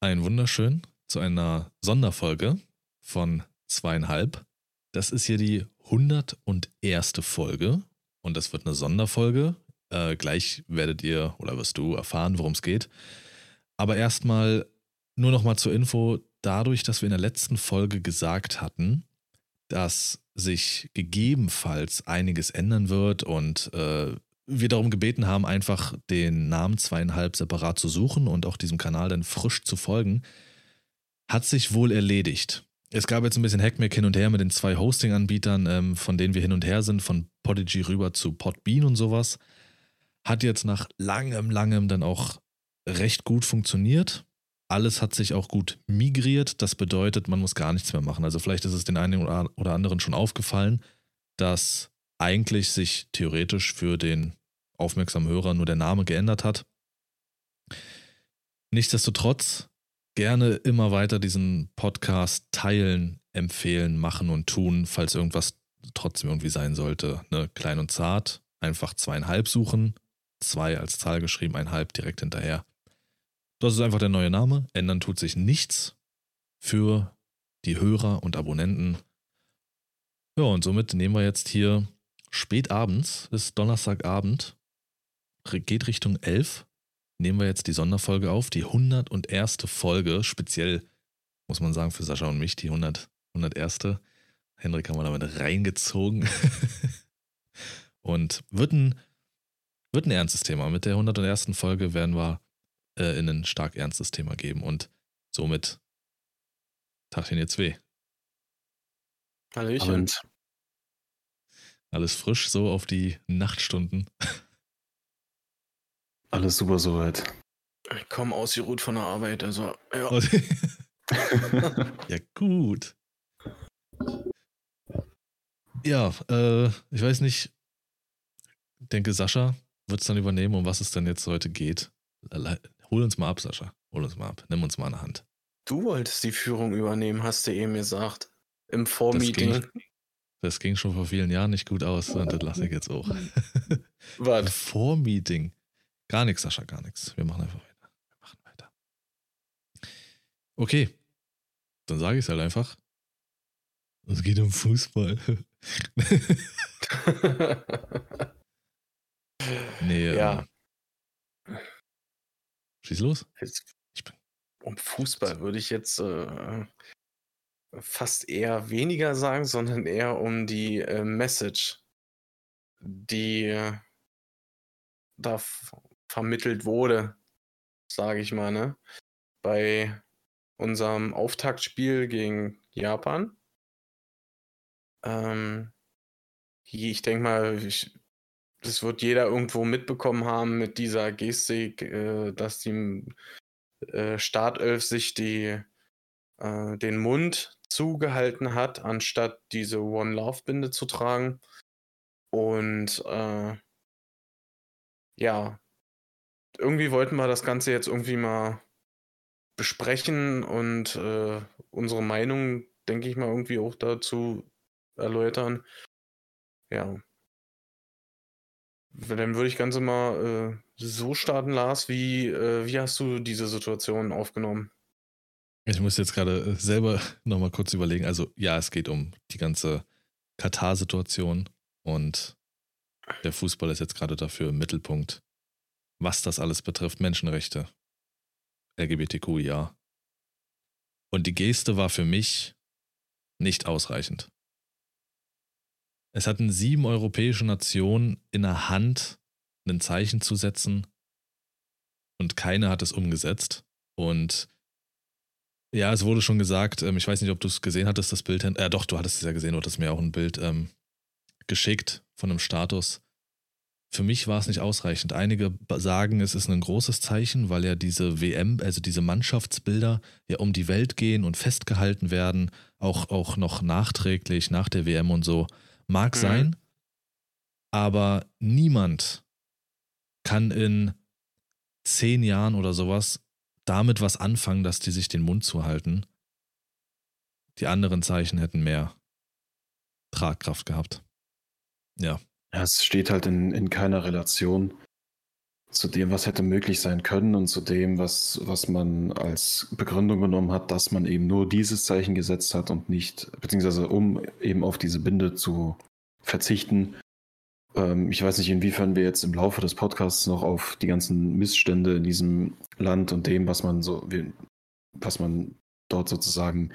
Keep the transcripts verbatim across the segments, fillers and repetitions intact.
Ein wunderschön zu einer Sonderfolge von zweieinhalb. Das ist hier die hunderterste Folge und das wird eine Sonderfolge. Äh, gleich werdet ihr oder wirst du erfahren, worum es geht. Aber erstmal nur noch mal zur Info, dadurch, dass wir in der letzten Folge gesagt hatten, dass sich gegebenenfalls einiges ändern wird und äh, wir darum gebeten haben, einfach den Namen zweieinhalb separat zu suchen und auch diesem Kanal dann frisch zu folgen, hat sich wohl erledigt. Es gab jetzt ein bisschen Hackmack hin und her mit den zwei Hosting-Anbietern, ähm, von denen wir hin und her sind, von Podigy rüber zu Podbean und sowas. Hat jetzt nach langem, langem dann auch recht gut funktioniert. Alles hat sich auch gut migriert. Das bedeutet, man muss gar nichts mehr machen. Also vielleicht ist es den einen oder anderen schon aufgefallen, dass eigentlich sich theoretisch für den aufmerksamen Hörer nur der Name geändert hat. Nichtsdestotrotz gerne immer weiter diesen Podcast teilen, empfehlen, machen und tun, falls irgendwas trotzdem irgendwie sein sollte. Ne? Klein und zart, einfach zweieinhalb suchen, zwei als Zahl geschrieben, ein halb direkt hinterher. Das ist einfach der neue Name. Ändern tut sich nichts für die Hörer und Abonnenten. Ja, und somit nehmen wir jetzt hier spät abends, ist Donnerstagabend, geht Richtung elf, nehmen wir jetzt die Sonderfolge auf, die hunderterste Folge, speziell, muss man sagen, für Sascha und mich, die hundert, hunderterste. Henrik haben wir damit reingezogen. Und wird ein, wird ein ernstes Thema. Mit der hundertersten Folge werden wir äh, in ein stark ernstes Thema geben und somit Tagchen jetzt weh. Hallöchen. Und Alles frisch, so auf die Nachtstunden. alles super soweit. Ich komme ausgeruht von der Arbeit, also ja. Ja, gut. Ja, äh, ich weiß nicht, denke Sascha wird es dann übernehmen, um was es denn jetzt heute geht. Hol uns mal ab, Sascha. Hol uns mal ab. Nimm uns mal eine Hand. Du wolltest die Führung übernehmen, hast du eben gesagt. Im Das Vormeeting. ging, das ging schon vor vielen Jahren nicht gut aus und das lasse ich jetzt auch. Was? Vormeeting. Gar nichts, Sascha, gar nichts. Wir machen einfach weiter. Wir machen weiter. Okay. Dann sage ich es halt einfach. Es geht um Fußball. Nee, Ja. ähm, schieß los. Jetzt, Ich bin- um Fußball würde ich jetzt äh, fast eher weniger sagen, sondern eher um die äh, Message, die äh, da f- vermittelt wurde, sage ich mal, ne? Bei unserem Auftaktspiel gegen Japan. Ähm, hier, ich denke mal, ich, das wird jeder irgendwo mitbekommen haben mit dieser Gestik, äh, dass die äh, Startelf sich die, äh, den Mund zugehalten hat, anstatt diese One Love Binde zu tragen. Und äh, ja, irgendwie wollten wir das Ganze jetzt irgendwie mal besprechen und äh, unsere Meinung, denke ich mal, irgendwie auch dazu erläutern. Ja. Dann würde ich ganz mal äh, so starten, Lars. Wie, äh, wie hast du diese Situation aufgenommen? Ich muss jetzt gerade selber nochmal kurz überlegen. Also ja, es geht um die ganze Katar-Situation und der Fußball ist jetzt gerade dafür im Mittelpunkt. Was das alles betrifft, Menschenrechte, L G B T Q, ja. Und die Geste war für mich nicht ausreichend. Es hatten sieben europäische Nationen in der Hand, ein Zeichen zu setzen und keine hat es umgesetzt. Und ja, es wurde schon gesagt, ähm, ich weiß nicht, ob du es gesehen hattest, das Bild. Äh, doch, du hattest es ja gesehen, du hattest mir auch ein Bild ähm, geschickt von einem Status. Für mich war es nicht ausreichend. Einige sagen, es ist ein großes Zeichen, weil ja diese W M, also diese Mannschaftsbilder ja um die Welt gehen und festgehalten werden, auch, auch noch nachträglich nach der W M und so. Mag Mhm. sein, aber niemand kann in zehn Jahren oder sowas damit was anfangen, dass die sich den Mund zuhalten. Die anderen Zeichen hätten mehr Tragkraft gehabt. Ja. Ja, es steht halt in, in keiner Relation zu dem, was hätte möglich sein können und zu dem, was, was man als Begründung genommen hat, dass man eben nur dieses Zeichen gesetzt hat und nicht, beziehungsweise um eben auf diese Binde zu verzichten. Ähm, ich weiß nicht, inwiefern wir jetzt im Laufe des Podcasts noch auf die ganzen Missstände in diesem Land und dem, was man so, was man dort sozusagen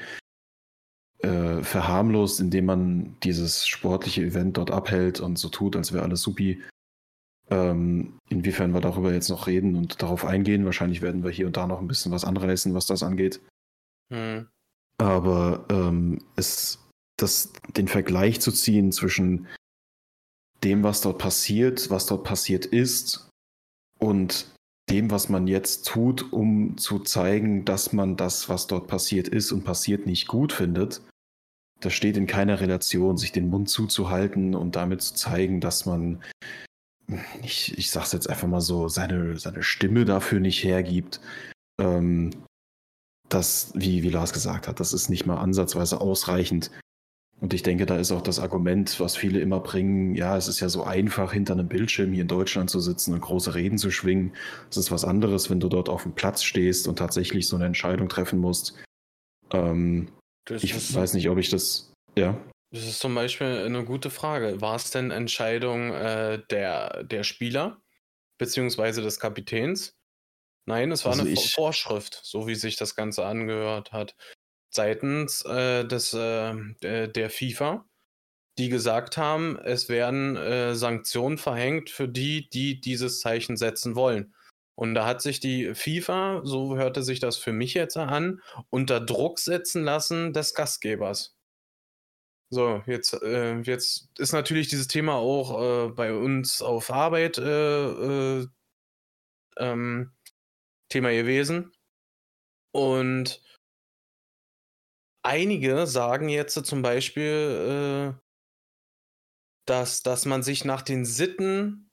äh, verharmlost, indem man dieses sportliche Event dort abhält und so tut, als wäre alles supi. Ähm, inwiefern wir darüber jetzt noch reden und darauf eingehen. Wahrscheinlich werden wir hier und da noch ein bisschen was anreißen, was das angeht. Hm. Aber ähm, es, das, den Vergleich zu ziehen zwischen dem, was dort passiert, was dort passiert ist und dem, was man jetzt tut, um zu zeigen, dass man das, was dort passiert ist und passiert, nicht gut findet, das steht in keiner Relation, sich den Mund zuzuhalten und damit zu zeigen, dass man, ich, ich sag's jetzt einfach mal so, seine, seine Stimme dafür nicht hergibt. Ähm, das, wie, wie Lars gesagt hat, das ist nicht mal ansatzweise ausreichend. Und ich denke, da ist auch das Argument, was viele immer bringen, ja, es ist ja so einfach, hinter einem Bildschirm hier in Deutschland zu sitzen und große Reden zu schwingen. Es ist was anderes, wenn du dort auf dem Platz stehst und tatsächlich so eine Entscheidung treffen musst. Ähm, ich weiß nicht, ob ich das, ja. Das ist zum Beispiel eine gute Frage. War es denn Entscheidung äh, der, der Spieler, beziehungsweise des Kapitäns? Nein, es war Also eine ich- Vorschrift, so wie sich das Ganze angehört hat, seitens äh, des, äh, der, der FIFA, die gesagt haben, es werden äh, Sanktionen verhängt für die, die dieses Zeichen setzen wollen. Und da hat sich die FIFA, so hörte sich das für mich jetzt an, unter Druck setzen lassen des Gastgebers. So, jetzt, äh, jetzt ist natürlich dieses Thema auch äh, bei uns auf Arbeit äh, äh, ähm, Thema gewesen. Und einige sagen jetzt zum Beispiel, äh, dass, dass man sich nach den Sitten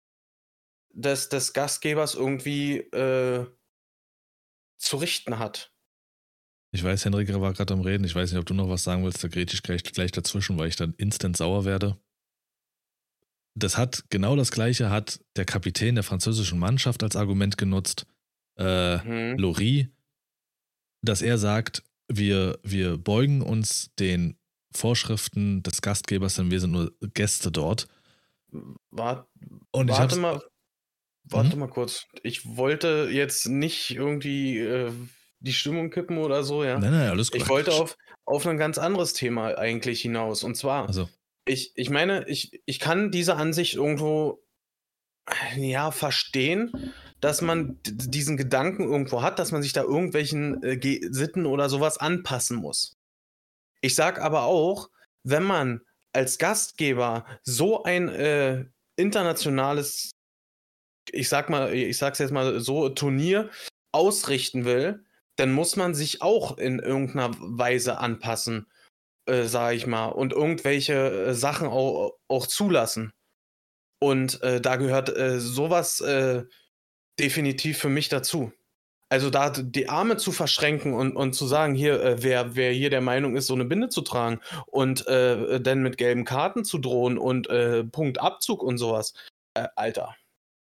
des, des Gastgebers irgendwie äh, zu richten hat. Ich weiß, Henrik war gerade am Reden. Ich weiß nicht, ob du noch was sagen willst. Da grätsch ich gleich, gleich dazwischen, weil ich dann instant sauer werde. Das hat genau das Gleiche hat der Kapitän der französischen Mannschaft als Argument genutzt, äh, Hm. Loris, dass er sagt, wir, wir beugen uns den Vorschriften des Gastgebers, denn wir sind nur Gäste dort. Wart, Und ich warte hab's, mal, warte Hm? mal kurz. Ich wollte jetzt nicht irgendwie äh, die Stimmung kippen oder so, ja. Nein, nein, alles gut. Ich wollte auf, auf ein ganz anderes Thema eigentlich hinaus. Und zwar, Also, ich, ich meine, ich, ich kann diese Ansicht irgendwo ja verstehen, dass man d- diesen Gedanken irgendwo hat, dass man sich da irgendwelchen äh, Ge- Sitten oder sowas anpassen muss. Ich sag aber auch, wenn man als Gastgeber so ein äh, internationales, ich sag mal, ich sag's jetzt mal so, Turnier ausrichten will, dann muss man sich auch in irgendeiner Weise anpassen, äh, sag ich mal, und irgendwelche äh, Sachen auch, auch zulassen. Und äh, da gehört äh, sowas äh, definitiv für mich dazu. Also da die Arme zu verschränken und, und zu sagen, hier, äh, wer, wer hier der Meinung ist, so eine Binde zu tragen und äh, dann mit gelben Karten zu drohen und äh, Punktabzug und sowas, äh, Alter.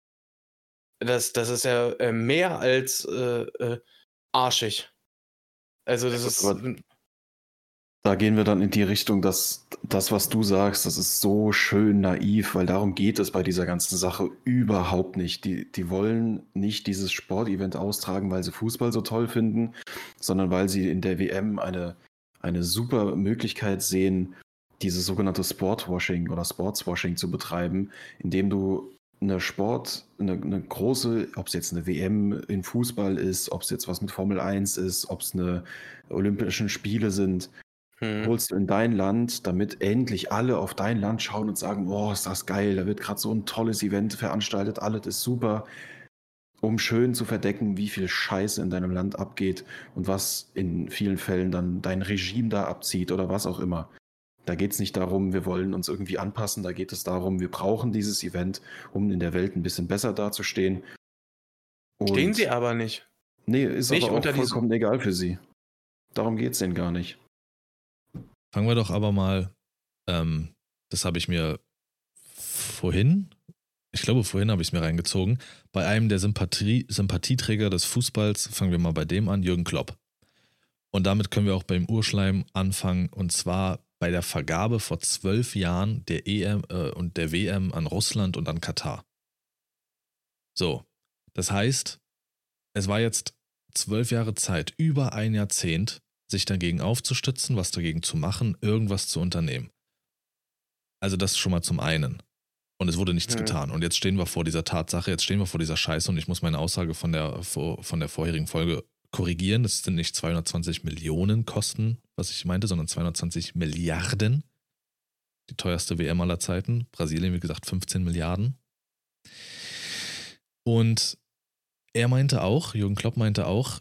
Das, das ist ja äh, mehr als äh, äh, arschig. Also das ist. Aber da gehen wir dann in die Richtung, dass das, was du sagst, das ist so schön naiv, weil darum geht es bei dieser ganzen Sache überhaupt nicht. Die, die wollen nicht dieses Sportevent austragen, weil sie Fußball so toll finden, sondern weil sie in der W M eine, eine super Möglichkeit sehen, dieses sogenannte Sportwashing oder Sportswashing zu betreiben, indem du eine Sport, eine, eine große, ob es jetzt eine W M in Fußball ist, ob es jetzt was mit Formel eins ist, ob es eine Olympischen Spiele sind, Hm. holst du in dein Land, damit endlich alle auf dein Land schauen und sagen, boah, ist das geil, da wird gerade so ein tolles Event veranstaltet, alles ist super, um schön zu verdecken, wie viel Scheiße in deinem Land abgeht und was in vielen Fällen dann dein Regime da abzieht oder was auch immer. Da geht es nicht darum, wir wollen uns irgendwie anpassen, da geht es darum, wir brauchen dieses Event, um in der Welt ein bisschen besser dazustehen. Stehen Und sie aber nicht. nee, ist Nicht aber auch unter diesem- vollkommen egal für sie. Darum geht es denen gar nicht. fangen wir doch aber mal, ähm, das habe ich mir vorhin ich glaube, vorhin habe ich es mir reingezogen, bei einem der Sympathie, Sympathieträger des Fußballs, fangen wir mal bei dem an, Jürgen Klopp. Und damit können wir auch beim Urschleim anfangen, und zwar bei der Vergabe vor zwölf Jahren der E M äh, und der W M an Russland und an Katar. So, das heißt, es war jetzt zwölf Jahre Zeit, über ein Jahrzehnt, sich dagegen aufzustützen, was dagegen zu machen, irgendwas zu unternehmen. Also das schon mal zum einen. Und es wurde nichts Hm. getan. Und jetzt stehen wir vor dieser Tatsache, jetzt stehen wir vor dieser Scheiße und ich muss meine Aussage von der, von der vorherigen Folge korrigieren. Das sind nicht zweihundertzwanzig Millionen Kosten, was ich meinte, sondern zweihundertzwanzig Milliarden. Die teuerste W M aller Zeiten. Brasilien, wie gesagt, fünfzehn Milliarden. Und er meinte auch, Jürgen Klopp meinte auch,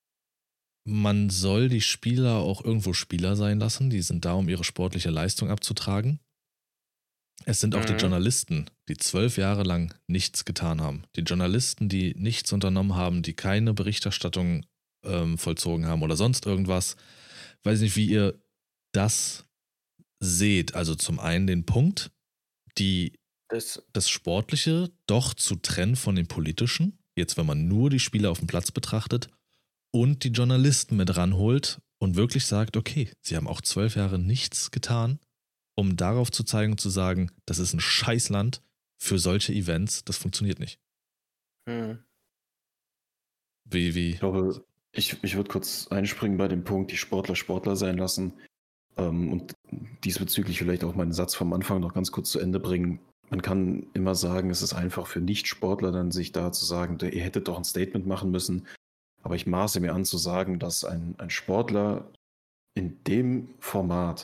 man soll die Spieler auch irgendwo Spieler sein lassen. Die sind da, um ihre sportliche Leistung abzutragen. Es sind auch die Mhm. Journalisten, die zwölf Jahre lang nichts getan haben. Die Journalisten, die nichts unternommen haben, die keine Berichterstattung ähm, vollzogen haben oder sonst irgendwas. Weiß nicht, wie ihr das seht. Also zum einen den Punkt, die, Das, das Sportliche doch zu trennen von dem Politischen, jetzt wenn man nur die Spieler auf dem Platz betrachtet, und die Journalisten mit ranholt und wirklich sagt, okay, sie haben auch zwölf Jahre nichts getan, um darauf zu zeigen und zu sagen, das ist ein Scheißland für solche Events, das funktioniert nicht. hm. Wie, wie? Ich glaube, ich, ich würde kurz einspringen bei dem Punkt, die Sportler Sportler sein lassen. Ähm, und diesbezüglich vielleicht auch meinen Satz vom Anfang noch ganz kurz zu Ende bringen. Man kann immer sagen, es ist einfach für Nicht-Sportler dann sich da zu sagen, ihr hättet doch ein Statement machen müssen. Aber ich maße mir an zu sagen, dass ein, ein Sportler in dem Format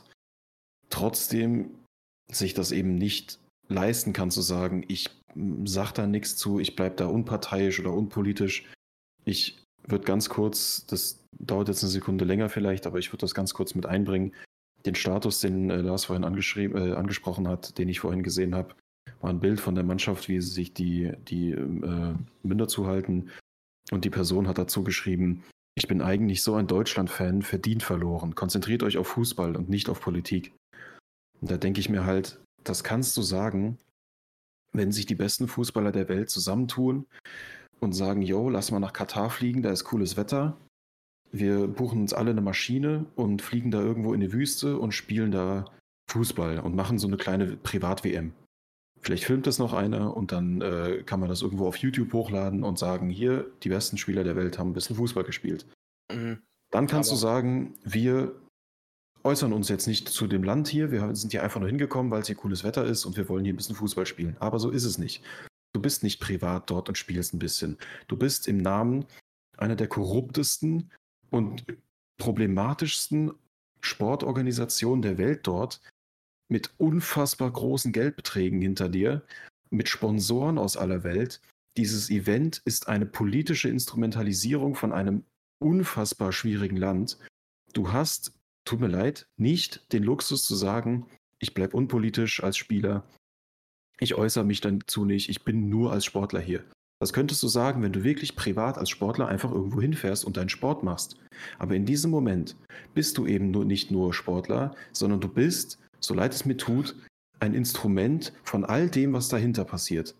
trotzdem sich das eben nicht leisten kann zu sagen, ich sag da nichts zu, ich bleib da unparteiisch oder unpolitisch. Ich würde ganz kurz, das dauert jetzt eine Sekunde länger vielleicht, aber ich würde das ganz kurz mit einbringen. Den Status, den äh, Lars vorhin angeschrieben, äh, angesprochen hat, den ich vorhin gesehen habe, war ein Bild von der Mannschaft, wie sie sich die, die äh, Münder zuhalten. Und die Person hat dazu geschrieben, ich bin eigentlich so ein Deutschland-Fan, verdient verloren. Konzentriert euch auf Fußball und nicht auf Politik. Und da denke ich mir halt, das kannst du sagen, wenn sich die besten Fußballer der Welt zusammentun und sagen, yo, lass mal nach Katar fliegen, da ist cooles Wetter. Wir buchen uns alle eine Maschine und fliegen da irgendwo in die Wüste und spielen da Fußball und machen so eine kleine Privat-W M. Vielleicht filmt das noch einer und dann äh, kann man das irgendwo auf YouTube hochladen und sagen, hier, die besten Spieler der Welt haben ein bisschen Fußball gespielt. Mhm. Dann kannst Aber- du sagen, wir äußern uns jetzt nicht zu dem Land hier, wir sind hier einfach nur hingekommen, weil es hier cooles Wetter ist und wir wollen hier ein bisschen Fußball spielen. Aber so ist es nicht. Du bist nicht privat dort und spielst ein bisschen. Du bist im Namen einer der korruptesten und problematischsten Sportorganisationen der Welt dort, mit unfassbar großen Geldbeträgen hinter dir, mit Sponsoren aus aller Welt. Dieses Event ist eine politische Instrumentalisierung von einem unfassbar schwierigen Land. Du hast, tut mir leid, nicht den Luxus zu sagen, ich bleibe unpolitisch als Spieler, ich äußere mich dazu nicht, ich bin nur als Sportler hier. Das könntest du sagen, wenn du wirklich privat als Sportler einfach irgendwo hinfährst und deinen Sport machst. Aber in diesem Moment bist du eben nur, nicht nur Sportler, sondern du bist, so leid es mir tut, ein Instrument von all dem, was dahinter passiert.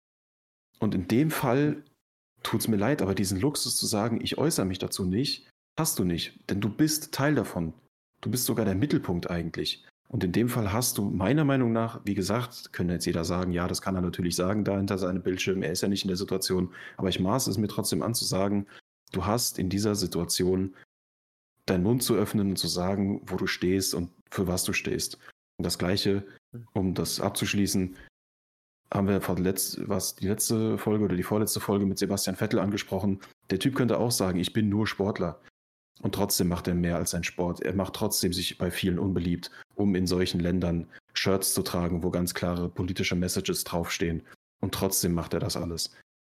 Und in dem Fall tut es mir leid, aber diesen Luxus zu sagen, ich äußere mich dazu nicht, hast du nicht. Denn du bist Teil davon. Du bist sogar der Mittelpunkt eigentlich. Und in dem Fall hast du meiner Meinung nach, wie gesagt, können jetzt jeder sagen, ja, das kann er natürlich sagen, da hinter seinem Bildschirm, er ist ja nicht in der Situation, aber ich maße es mir trotzdem an zu sagen, du hast in dieser Situation deinen Mund zu öffnen und zu sagen, wo du stehst und für was du stehst. Und das Gleiche, um das abzuschließen, haben wir vor letzt, was die letzte Folge oder die vorletzte Folge mit Sebastian Vettel angesprochen. Der Typ könnte auch sagen, ich bin nur Sportler. Und trotzdem macht er mehr als sein Sport. Er macht trotzdem sich bei vielen unbeliebt, um in solchen Ländern Shirts zu tragen, wo ganz klare politische Messages draufstehen. Und trotzdem macht er das alles.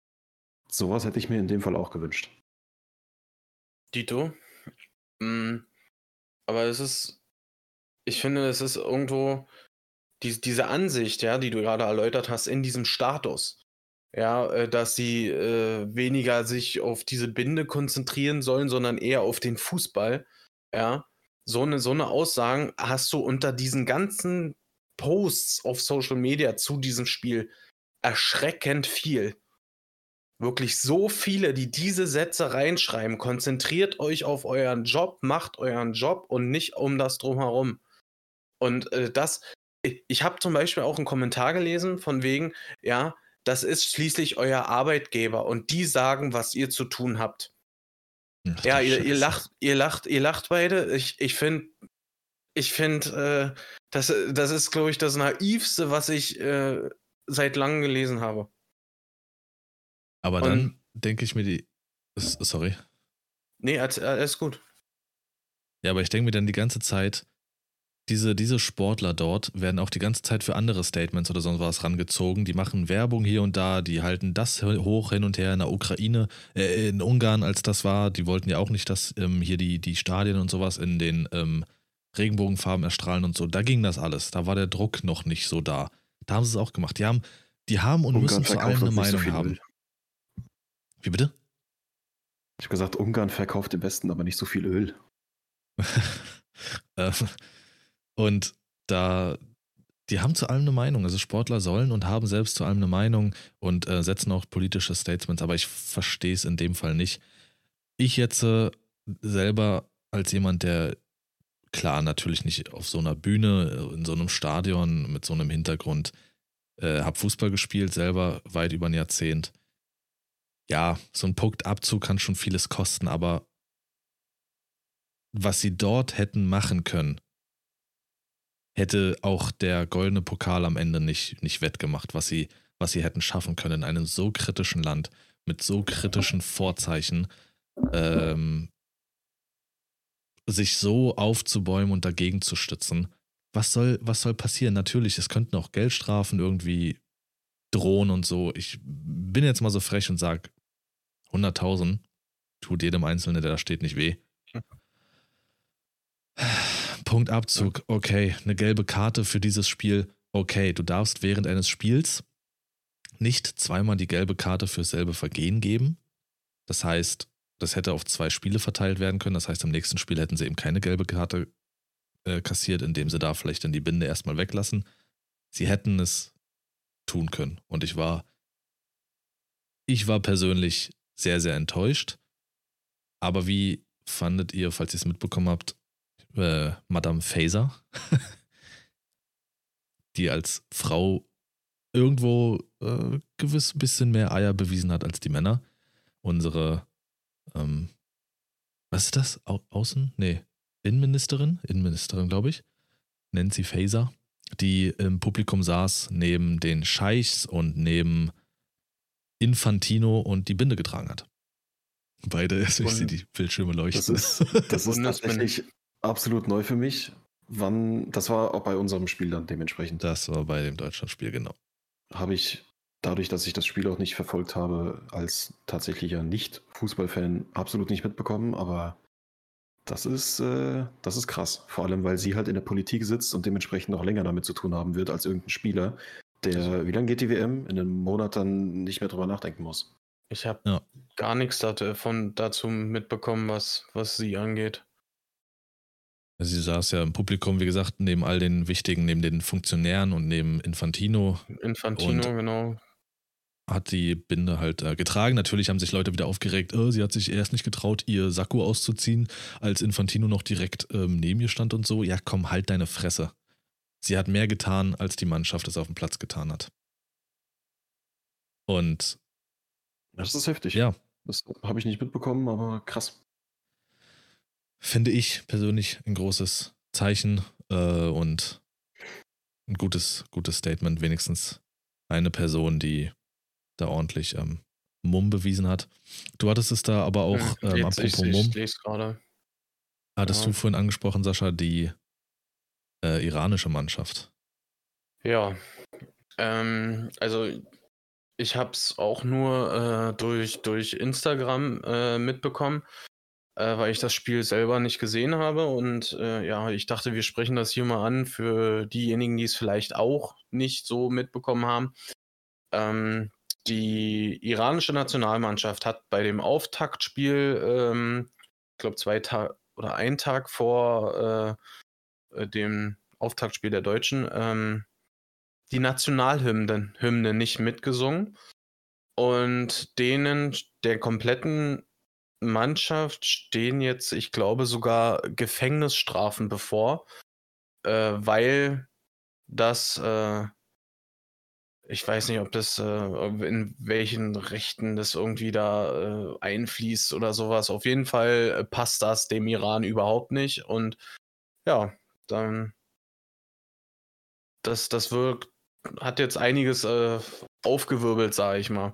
Sowas hätte ich mir in dem Fall auch gewünscht. Dito. Mm, aber es ist, ich finde, es ist irgendwo die, diese Ansicht, ja, die du gerade erläutert hast, in diesem Status. Ja, äh, dass sie äh, weniger sich auf diese Binde konzentrieren sollen, sondern eher auf den Fußball. Ja, so eine, so eine Aussagen hast du unter diesen ganzen Posts auf Social Media zu diesem Spiel erschreckend viel. Wirklich so viele, die diese Sätze reinschreiben. Konzentriert euch auf euren Job, macht euren Job und nicht um das drumherum. Und äh, das, ich, ich habe zum Beispiel auch einen Kommentar gelesen von wegen, ja, das ist schließlich euer Arbeitgeber und die sagen, was ihr zu tun habt. Ach, Ja, du ihr, ihr Scheiße. lacht, ihr lacht, ihr lacht beide. Ich, ich finde, ich finde, äh, das, das ist, glaube ich, das Naivste, was ich äh, seit langem gelesen habe. Aber Und- dann denke ich mir die. s- Sorry. Nee, alles, alles gut. Ja, aber ich denke mir dann die ganze Zeit, diese, diese Sportler dort werden auch die ganze Zeit für andere Statements oder sonst was rangezogen. Die machen Werbung hier und da, die halten das hoch hin und her in der Ukraine, äh, in Ungarn, als das war. Die wollten ja auch nicht, dass ähm, hier die, die Stadien und sowas in den ähm, Regenbogenfarben erstrahlen und so. Da ging das alles. Da war der Druck noch nicht so da. Da haben sie es auch gemacht. Die haben, die haben und Ungarn müssen zu allem verkauft eine uns nicht so Meinung viel haben. Öl. Wie bitte? Ich habe gesagt, Ungarn verkauft im Westen aber nicht so viel Öl. Ähm, und da, die haben zu allem eine Meinung. Also Sportler sollen und haben selbst zu allem eine Meinung und äh, setzen auch politische Statements, aber ich verstehe es in dem Fall nicht. Ich jetzt äh, selber als jemand, der klar natürlich nicht auf so einer Bühne, in so einem Stadion mit so einem Hintergrund, äh, habe Fußball gespielt, selber weit über ein Jahrzehnt. Ja, so ein Punktabzug kann schon vieles kosten, aber was sie dort hätten machen können, hätte auch der goldene Pokal am Ende nicht, nicht wettgemacht, was sie, was sie hätten schaffen können in einem so kritischen Land, mit so kritischen Vorzeichen, ähm, sich so aufzubäumen und dagegen zu stützen. Was soll, was soll passieren? Natürlich, es könnten auch Geldstrafen irgendwie drohen und so. Ich bin jetzt mal so frech und sage, hunderttausend tut jedem Einzelnen, der da steht, nicht weh. Punktabzug, okay, eine gelbe Karte für dieses Spiel, okay, du darfst während eines Spiels nicht zweimal die gelbe Karte für dasselbe Vergehen geben. Das heißt, das hätte auf zwei Spiele verteilt werden können. Das heißt, im nächsten Spiel hätten sie eben keine gelbe Karte äh, kassiert, indem sie da vielleicht dann die Binde erstmal weglassen. Sie hätten es tun können. Und ich war, ich war persönlich sehr, sehr enttäuscht. Aber wie fandet ihr, falls ihr es mitbekommen habt, äh, Madame Faeser, die als Frau irgendwo äh, gewiss ein bisschen mehr Eier bewiesen hat als die Männer. Unsere, ähm, was ist das? Au- Außen? Nee, Innenministerin? Innenministerin, glaube ich. Nancy Faeser, die im Publikum saß, neben den Scheichs und neben Infantino und die Binde getragen hat. Beide, also ich sehe die Bildschirme leuchten. Das ist, das ist Bundesmin- tatsächlich absolut neu für mich. Wann, das war auch bei unserem Spiel dann dementsprechend. Das war bei dem Deutschlandspiel, genau. Habe ich, dadurch, dass ich das Spiel auch nicht verfolgt habe, als tatsächlicher Nicht-Fußballfan absolut nicht mitbekommen, aber das ist, äh, das ist krass. Vor allem, weil sie halt in der Politik sitzt und dementsprechend noch länger damit zu tun haben wird als irgendein Spieler, der, wie lange geht die W M? In einem Monat dann nicht mehr drüber nachdenken muss. Ich habe Ja. gar nichts davon, dazu mitbekommen, was, was sie angeht. Sie saß ja im Publikum, wie gesagt, neben all den wichtigen, neben den Funktionären und neben Infantino, Infantino, Und- genau. hat die Binde halt äh, getragen. Natürlich haben sich Leute wieder aufgeregt, oh, sie hat sich erst nicht getraut, ihr Sakko auszuziehen, als Infantino noch direkt ähm, neben ihr stand und so. Ja, komm, halt deine Fresse. Sie hat mehr getan, als die Mannschaft es auf dem Platz getan hat. Und Das ist heftig. ja, Das habe ich nicht mitbekommen, aber krass. finde ich persönlich ein großes Zeichen äh, und ein gutes, gutes Statement. Wenigstens eine Person, die da ordentlich ähm, Mumm bewiesen hat. Du hattest es da aber auch, Hm, ähm, jetzt, ich, apropos ich, Mumm, ich lese gerade. hattest ja. du vorhin angesprochen, Sascha, die äh, iranische Mannschaft. Ja, ähm, also ich habe es auch nur äh, durch, durch Instagram äh, mitbekommen, äh, weil ich das Spiel selber nicht gesehen habe. Und äh, ja, ich dachte, wir sprechen das hier mal an für diejenigen, die es vielleicht auch nicht so mitbekommen haben. Ähm, die iranische Nationalmannschaft hat bei dem Auftaktspiel, ähm, ich glaube zwei Tage oder einen Tag vor äh, dem Auftaktspiel der Deutschen, ähm, die Nationalhymne Hymne nicht mitgesungen und denen, der kompletten Mannschaft, stehen jetzt, ich glaube, sogar Gefängnisstrafen bevor, äh, weil das, äh, ich weiß nicht, ob das, äh, in welchen Rechten das irgendwie da äh, einfließt oder sowas. Auf jeden Fall äh, passt das dem Iran überhaupt nicht und ja, dann, das, das wirkt, hat jetzt einiges äh, aufgewirbelt, sage ich mal.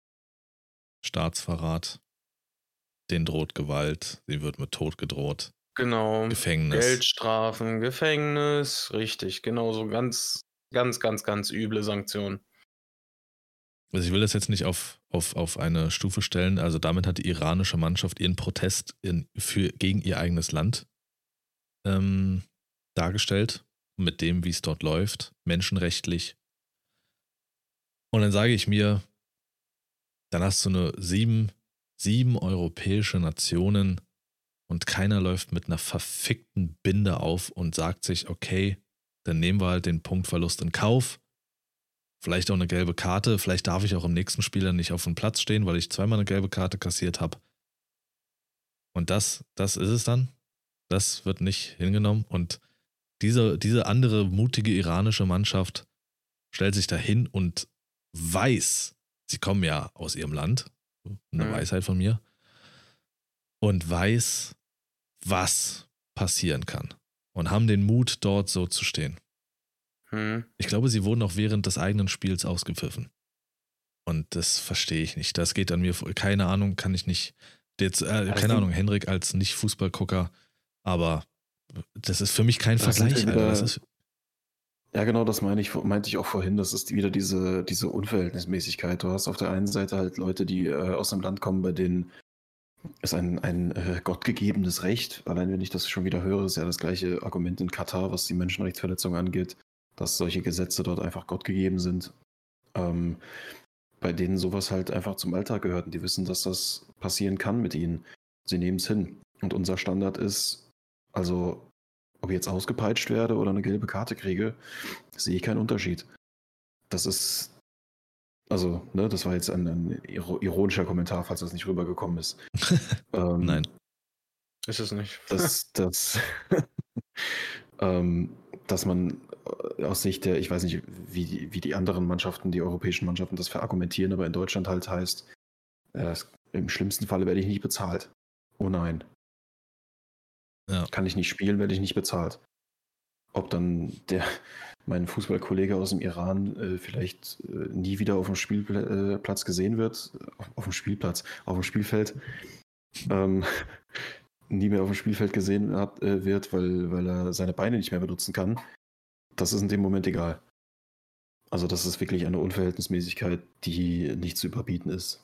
Staatsverrat. Denen droht Gewalt. Sie wird mit Tod gedroht. Genau. Gefängnis. Geldstrafen, Gefängnis, richtig. Genau so ganz, ganz, ganz, ganz üble Sanktionen. Also ich will das jetzt nicht auf, auf, auf eine Stufe stellen. Also damit hat die iranische Mannschaft ihren Protest in, für, gegen ihr eigenes Land ähm, dargestellt. Mit dem, wie es dort läuft. Menschenrechtlich. Und dann sage ich mir, dann hast du eine sieben, sieben europäische Nationen und keiner läuft mit einer verfickten Binde auf und sagt sich, okay, dann nehmen wir halt den Punktverlust in Kauf. Vielleicht auch eine gelbe Karte. Vielleicht darf ich auch im nächsten Spiel dann nicht auf dem Platz stehen, weil ich zweimal eine gelbe Karte kassiert habe. Und das, das ist es dann. Das wird nicht hingenommen. Und diese, diese andere mutige iranische Mannschaft stellt sich dahin und weiß, sie kommen ja aus ihrem Land, eine Mhm. Weisheit von mir, und weiß, was passieren kann. Und haben den Mut, dort so zu stehen. Hm. Ich glaube, sie wurden auch während des eigenen Spiels ausgepfiffen. Und das verstehe ich nicht. Das geht an mir, vor- keine Ahnung, kann ich nicht, jetzt, äh, das keine sind- Ahnung, Henrik als Nicht-Fußballgucker, aber das ist für mich kein Das sind Vergleich, wir Alter. wieder- Das ist, Ja, genau, das meine ich, meinte ich auch vorhin. Das ist wieder diese, diese Unverhältnismäßigkeit. Du hast auf der einen Seite halt Leute, die äh, aus einem Land kommen, bei denen ist ein, ein äh, gottgegebenes Recht. Allein wenn ich das schon wieder höre, ist ja das gleiche Argument in Katar, was die Menschenrechtsverletzungen angeht, dass solche Gesetze dort einfach gottgegeben sind. Ähm, bei denen sowas halt einfach zum Alltag gehört und die wissen, dass das passieren kann mit ihnen. Sie nehmen es hin. Und unser Standard ist, also ob ich jetzt ausgepeitscht werde oder eine gelbe Karte kriege, sehe ich keinen Unterschied. Das ist, also, ne, das war jetzt ein, ein ironischer Kommentar, falls das nicht rübergekommen ist. ähm, nein. Ist es nicht. Dass, dass, ähm, dass man äh, aus Sicht der, ich weiß nicht, wie die, wie die anderen Mannschaften, die europäischen Mannschaften das verargumentieren, aber in Deutschland halt heißt, äh, im schlimmsten Falle werde ich nicht bezahlt. Oh nein. Ja. Kann ich nicht spielen, werde ich nicht bezahlt. Ob dann der, mein Fußballkollege aus dem Iran äh, vielleicht äh, nie wieder auf dem Spielplatz gesehen wird, auf, auf dem Spielplatz, auf dem Spielfeld, ähm, nie mehr auf dem Spielfeld gesehen hat, äh, wird, weil, weil er seine Beine nicht mehr benutzen kann, das ist in dem Moment egal. Also das ist wirklich eine Unverhältnismäßigkeit, die nicht zu überbieten ist.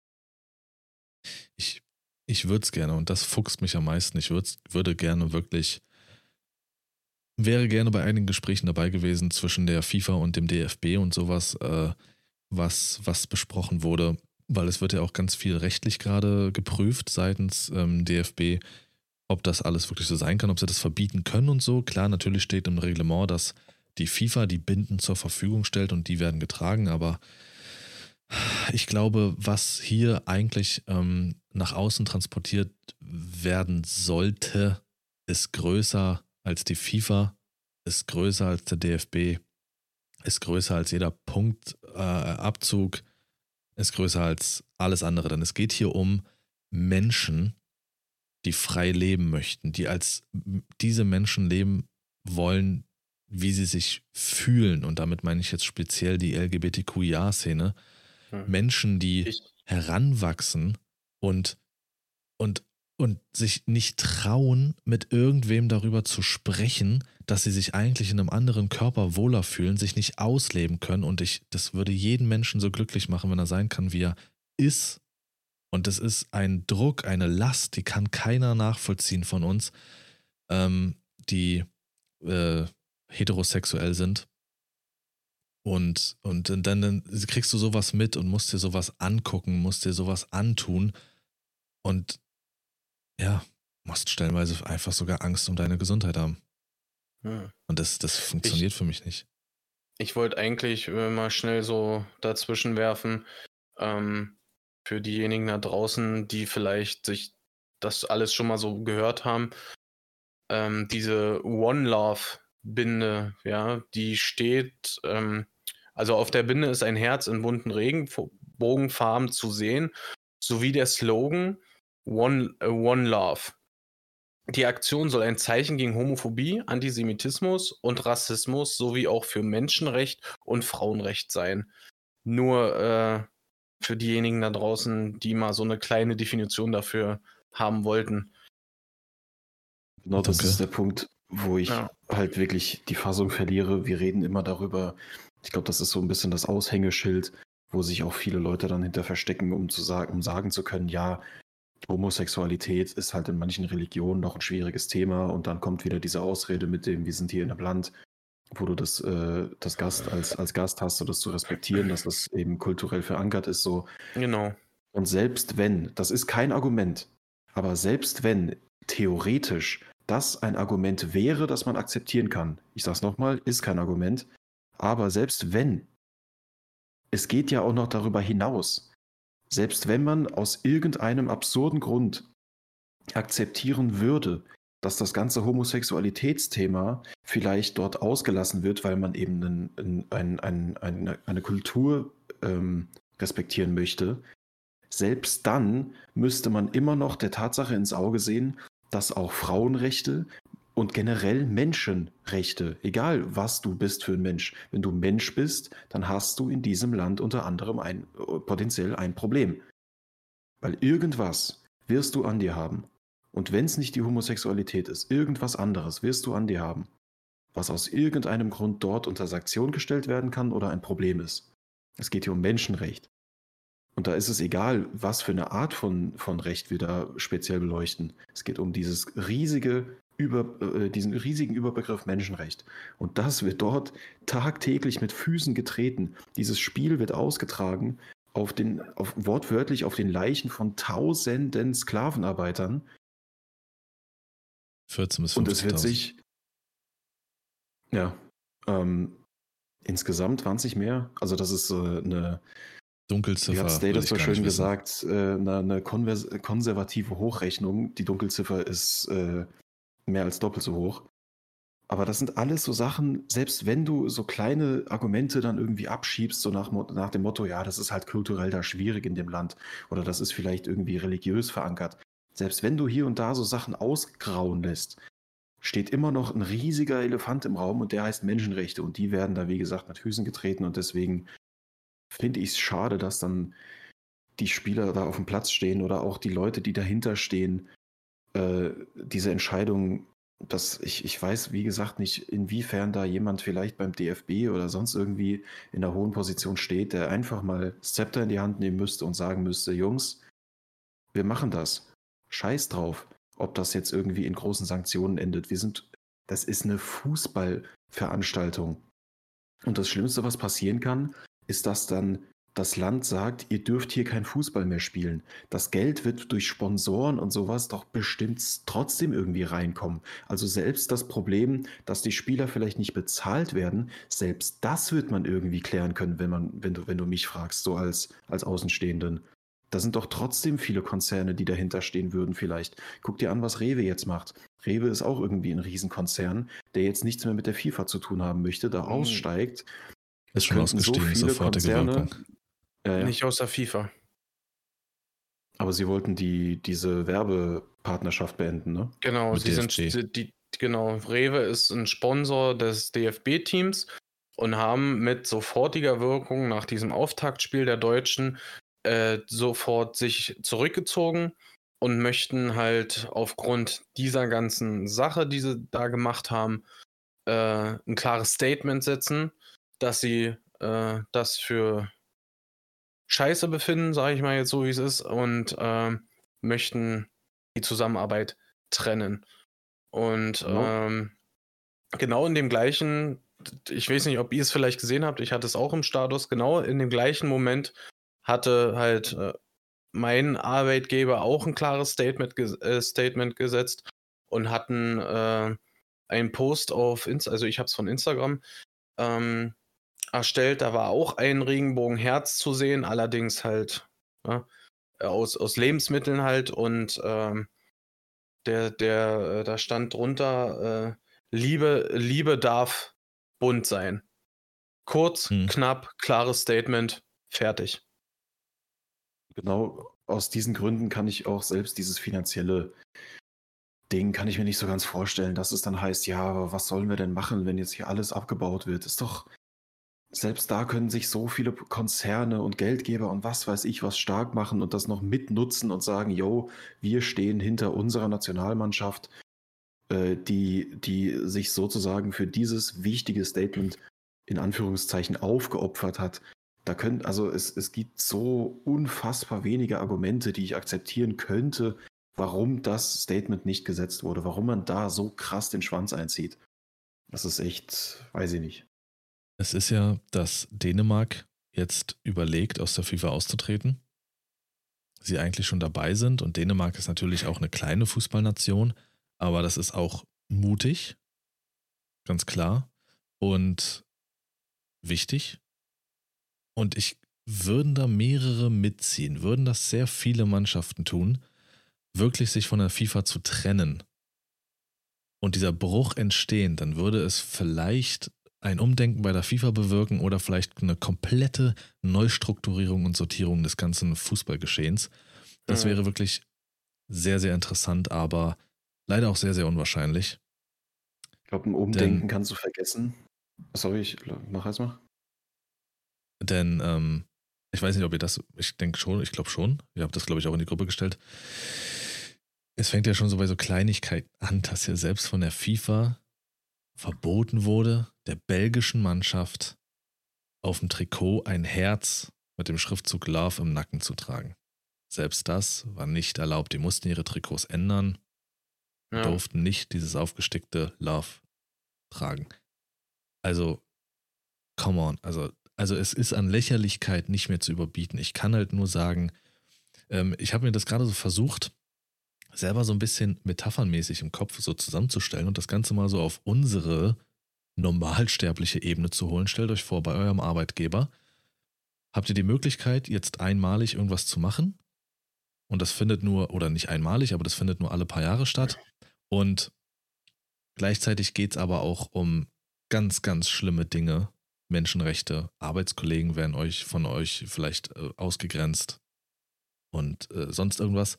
Ich, ich würde es gerne, und das fuchst mich am meisten, ich würd's, würde gerne wirklich, wäre gerne bei einigen Gesprächen dabei gewesen zwischen der FIFA und dem D F B und sowas, äh, was, was besprochen wurde, weil es wird ja auch ganz viel rechtlich gerade geprüft seitens ähm, D F B, ob das alles wirklich so sein kann, ob sie das verbieten können und so. Klar, natürlich steht im Reglement, dass die FIFA die Binden zur Verfügung stellt und die werden getragen, aber ich glaube, was hier eigentlich ähm, nach außen transportiert werden sollte, ist größer als die FIFA, ist größer als der D F B, ist größer als jeder Punktabzug, äh, ist größer als alles andere. Denn es geht hier um Menschen, die frei leben möchten, die als diese Menschen leben wollen, wie sie sich fühlen. Und damit meine ich jetzt speziell die L G B T Q I A-Szene. Hm. Menschen, die Ich, heranwachsen und, und, und sich nicht trauen, mit irgendwem darüber zu sprechen, dass sie sich eigentlich in einem anderen Körper wohler fühlen, sich nicht ausleben können. Und ich, das würde jeden Menschen so glücklich machen, wenn er sein kann, wie er ist. Und das ist ein Druck, eine Last, die kann keiner nachvollziehen von uns, ähm, die äh, heterosexuell sind. Und, und dann, dann kriegst du sowas mit und musst dir sowas angucken, musst dir sowas antun und ja, musst stellenweise einfach sogar Angst um deine Gesundheit haben. hm. Und das, das funktioniert für mich nicht. ich wollte eigentlich äh, mal schnell so dazwischen werfen, ähm, für diejenigen da draußen, die vielleicht sich das alles schon mal so gehört haben, ähm, diese One Love Binde, ja, die steht, ähm, also auf der Binde ist ein Herz in bunten Regenbogenfarben zu sehen, sowie der Slogan One, äh, One Love. Die Aktion soll ein Zeichen gegen Homophobie, Antisemitismus und Rassismus sowie auch für Menschenrecht und Frauenrecht sein. Nur äh, für diejenigen da draußen, die mal so eine kleine Definition dafür haben wollten. Genau, das Danke. ist der Punkt, wo ich Ja. halt wirklich die Fassung verliere. Wir reden immer darüber, ich glaube, das ist so ein bisschen das Aushängeschild, wo sich auch viele Leute dann hinter verstecken, um zu sagen, um sagen zu können, ja, Homosexualität ist halt in manchen Religionen noch ein schwieriges Thema und dann kommt wieder diese Ausrede mit dem, wir sind hier in einem Land, wo du das, äh, das Gast als, als Gast hast, so das zu respektieren, dass das eben kulturell verankert ist, so. Genau. Und selbst wenn, das ist kein Argument, aber selbst wenn theoretisch das ein Argument wäre, das man akzeptieren kann, ich sag's nochmal, ist kein Argument, aber selbst wenn, es geht ja auch noch darüber hinaus, selbst wenn man aus irgendeinem absurden Grund akzeptieren würde, dass das ganze Homosexualitätsthema vielleicht dort ausgelassen wird, weil man eben einen, ein, ein, ein, eine Kultur ähm, respektieren möchte, selbst dann müsste man immer noch der Tatsache ins Auge sehen, dass auch Frauenrechte und generell Menschenrechte, egal was du bist für ein Mensch, wenn du Mensch bist, dann hast du in diesem Land unter anderem ein, potenziell ein Problem. Weil irgendwas wirst du an dir haben. Und wenn es nicht die Homosexualität ist, irgendwas anderes wirst du an dir haben, was aus irgendeinem Grund dort unter Sanktion gestellt werden kann oder ein Problem ist. Es geht hier um Menschenrecht. Und da ist es egal, was für eine Art von, von Recht wir da speziell beleuchten. Es geht um dieses riesige Über, äh, diesen riesigen Überbegriff Menschenrecht. Und das wird dort tagtäglich mit Füßen getreten. Dieses Spiel wird ausgetragen auf den, auf, wortwörtlich auf den Leichen von tausenden Sklavenarbeitern. vierzehn bis Und es wird fünfzigtausend. sich, ja, ähm, insgesamt waren es nicht mehr. Also das ist äh, eine, wie Dunkelziffer. hat Stay will das ich so gar schön nicht wissen. gesagt, äh, eine, eine konvers- konservative Hochrechnung. Die Dunkelziffer ist äh, mehr als doppelt so hoch. Aber das sind alles so Sachen, selbst wenn du so kleine Argumente dann irgendwie abschiebst, so nach, Mo- nach dem Motto, ja, das ist halt kulturell da schwierig in dem Land oder das ist vielleicht irgendwie religiös verankert. Selbst wenn du hier und da so Sachen ausgrauen lässt, steht immer noch ein riesiger Elefant im Raum und der heißt Menschenrechte und die werden da, wie gesagt, mit Füßen getreten und deswegen finde ich es schade, dass dann die Spieler da auf dem Platz stehen oder auch die Leute, die dahinter stehen, äh, diese Entscheidung, dass ich, ich weiß, wie gesagt, nicht, inwiefern da jemand vielleicht beim D F B oder sonst irgendwie in einer hohen Position steht, der einfach mal das Zepter in die Hand nehmen müsste und sagen müsste, Jungs, wir machen das. Scheiß drauf, ob das jetzt irgendwie in großen Sanktionen endet. Wir sind, das ist eine Fußballveranstaltung. Und das Schlimmste, was passieren kann, ist, dass dann das Land sagt, ihr dürft hier kein Fußball mehr spielen. Das Geld wird durch Sponsoren und sowas doch bestimmt trotzdem irgendwie reinkommen. Also selbst das Problem, dass die Spieler vielleicht nicht bezahlt werden, selbst das wird man irgendwie klären können, wenn man, wenn du, wenn du mich fragst, so als, als Außenstehenden. Da sind doch trotzdem viele Konzerne, die dahinter stehen würden vielleicht. Guck dir an, was Rewe jetzt macht. Rewe ist auch irgendwie ein Riesenkonzern, der jetzt nichts mehr mit der FIFA zu tun haben möchte, da Mhm. aussteigt. Ist schon ausgestiegen, sofortige Wirkung. Ja, ja. Nicht aus der FIFA. Aber sie wollten die, diese Werbepartnerschaft beenden, ne? Genau, Mit sie D F sind B. die, die, genau, Rewe ist ein Sponsor des D F B-Teams und haben mit sofortiger Wirkung nach diesem Auftaktspiel der Deutschen äh, sofort sich zurückgezogen und möchten halt aufgrund dieser ganzen Sache, die sie da gemacht haben, äh, ein klares Statement setzen, dass sie äh, das für Scheiße befinden, sage ich mal jetzt so, wie es ist, und äh, möchten die Zusammenarbeit trennen. Und Genau. ähm, genau in dem gleichen, ich weiß nicht, ob ihr es vielleicht gesehen habt, ich hatte es auch im Status, genau in dem gleichen Moment hatte halt äh, mein Arbeitgeber auch ein klares Statement, ges äh, Statement gesetzt und hatten äh, einen Post auf Insta, also ich habe es von Instagram, ähm, erstellt. Da war auch ein Regenbogenherz zu sehen, allerdings halt ja, aus, aus Lebensmitteln halt. Und ähm, der, der, äh, da stand drunter, äh, Liebe, Liebe darf bunt sein. Kurz, Hm. knapp, klares Statement, fertig. Genau aus diesen Gründen kann ich auch selbst dieses finanzielle Ding kann ich mir nicht so ganz vorstellen, dass es dann heißt, ja, aber was sollen wir denn machen, wenn jetzt hier alles abgebaut wird? Ist doch, selbst da können sich so viele Konzerne und Geldgeber und was weiß ich was stark machen und das noch mitnutzen und sagen, yo, wir stehen hinter unserer Nationalmannschaft, äh, die, die sich sozusagen für dieses wichtige Statement in Anführungszeichen aufgeopfert hat. Da können, also es, es gibt so unfassbar wenige Argumente, die ich akzeptieren könnte, warum das Statement nicht gesetzt wurde, warum man da so krass den Schwanz einzieht. Das ist echt, weiß ich nicht. Es ist ja, dass Dänemark jetzt überlegt, aus der FIFA auszutreten. Sie eigentlich schon dabei sind und Dänemark ist natürlich auch eine kleine Fußballnation, aber das ist auch mutig, ganz klar, und wichtig. Und ich würden da mehrere mitziehen, würden das sehr viele Mannschaften tun, wirklich sich von der FIFA zu trennen und dieser Bruch entstehen, dann würde es vielleicht ein Umdenken bei der FIFA bewirken oder vielleicht eine komplette Neustrukturierung und Sortierung des ganzen Fußballgeschehens. Das Mhm. wäre wirklich sehr, sehr interessant, aber leider auch sehr, sehr unwahrscheinlich. Ich glaube, ein Umdenken Denn- kannst du vergessen. Sorry, ich mach erst mal. Denn ähm, ich weiß nicht, ob ihr das, ich denke schon, ich glaube schon, ihr habt das, glaube ich, auch in die Gruppe gestellt. Es fängt ja schon so bei so Kleinigkeiten an, dass ja selbst von der FIFA verboten wurde, der belgischen Mannschaft auf dem Trikot ein Herz mit dem Schriftzug Love im Nacken zu tragen. Selbst das war nicht erlaubt. Die mussten ihre Trikots ändern, Ja. durften nicht dieses aufgestickte Love tragen. Also, come on. Also, also es ist an Lächerlichkeit nicht mehr zu überbieten. Ich kann halt nur sagen, ähm, ich habe mir das gerade so versucht, selber so ein bisschen metaphernmäßig im Kopf so zusammenzustellen und das Ganze mal so auf unsere normalsterbliche Ebene zu holen. Stellt euch vor, bei eurem Arbeitgeber habt ihr die Möglichkeit, jetzt einmalig irgendwas zu machen und das findet nur, oder nicht einmalig, aber das findet nur alle paar Jahre statt und gleichzeitig geht es aber auch um ganz, ganz schlimme Dinge, Menschenrechte, Arbeitskollegen werden euch von euch vielleicht äh, ausgegrenzt und äh, sonst irgendwas.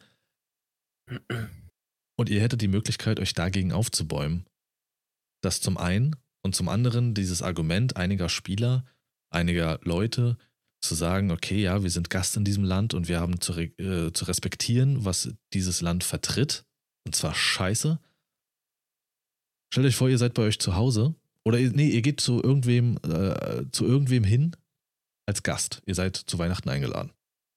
Und ihr hättet die Möglichkeit, euch dagegen aufzubäumen. Das zum einen und zum anderen dieses Argument einiger Spieler, einiger Leute, zu sagen, okay, ja, wir sind Gast in diesem Land und wir haben zu, re- äh, zu respektieren, was dieses Land vertritt. Und zwar scheiße. Stellt euch vor, ihr seid bei euch zu Hause oder ihr, nee, ihr geht zu irgendwem, äh, zu irgendwem hin als Gast. Ihr seid zu Weihnachten eingeladen.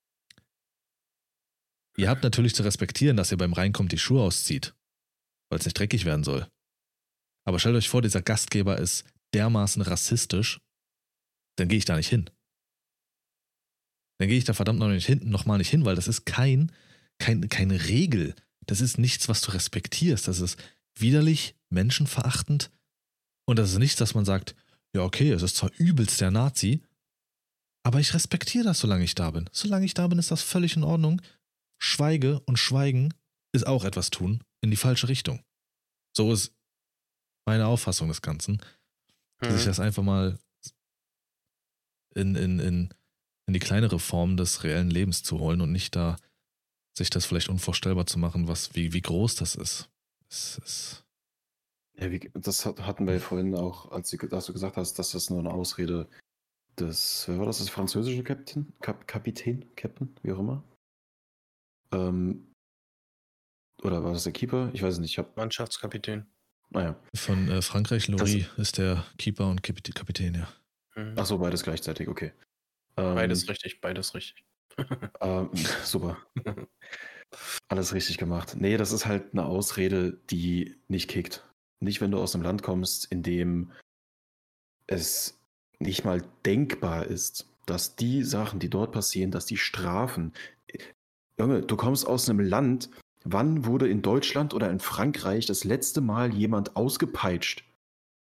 Ihr habt natürlich zu respektieren, dass ihr beim Reinkommen die Schuhe auszieht, weil es nicht dreckig werden soll. Aber stellt euch vor, dieser Gastgeber ist dermaßen rassistisch, dann gehe ich da nicht hin. Dann gehe ich da verdammt noch nicht hin, noch mal nicht hin, weil das ist kein, kein, keine Regel. Das ist nichts, was du respektierst. Das ist widerlich, menschenverachtend. Und das ist nichts, dass man sagt, ja okay, es ist zwar übelst der Nazi, aber ich respektiere das, solange ich da bin. Solange ich da bin, ist das völlig in Ordnung. Schweige und Schweigen ist auch etwas tun in die falsche Richtung. So ist meine Auffassung des Ganzen. Mhm. Sich das einfach mal in, in, in, in die kleinere Form des reellen Lebens zu holen und nicht da sich das vielleicht unvorstellbar zu machen, was, wie, wie groß das ist. Es ist Ja, wie, das hat, hatten wir ja vorhin auch, als du, als du gesagt hast, dass das nur eine Ausrede des, wer war das, das französische Captain? Kap, Kapitän? Captain? Wie auch immer. Ähm, oder war das der Keeper? Ich weiß es nicht. Ich hab, Mannschaftskapitän. naja. von äh, Frankreich, Loris ist der Keeper und Kapit- Kapitän, ja. Mhm. Ach so, beides gleichzeitig, okay. Ähm, Beides richtig, beides richtig. Ähm, super. Alles richtig gemacht. Nee, das ist halt eine Ausrede, die nicht kickt. Nicht, wenn du aus einem Land kommst, in dem es nicht mal denkbar ist, dass die Sachen, die dort passieren, dass die Strafen. Junge, du kommst aus einem Land, wann wurde in Deutschland oder in Frankreich das letzte Mal jemand ausgepeitscht?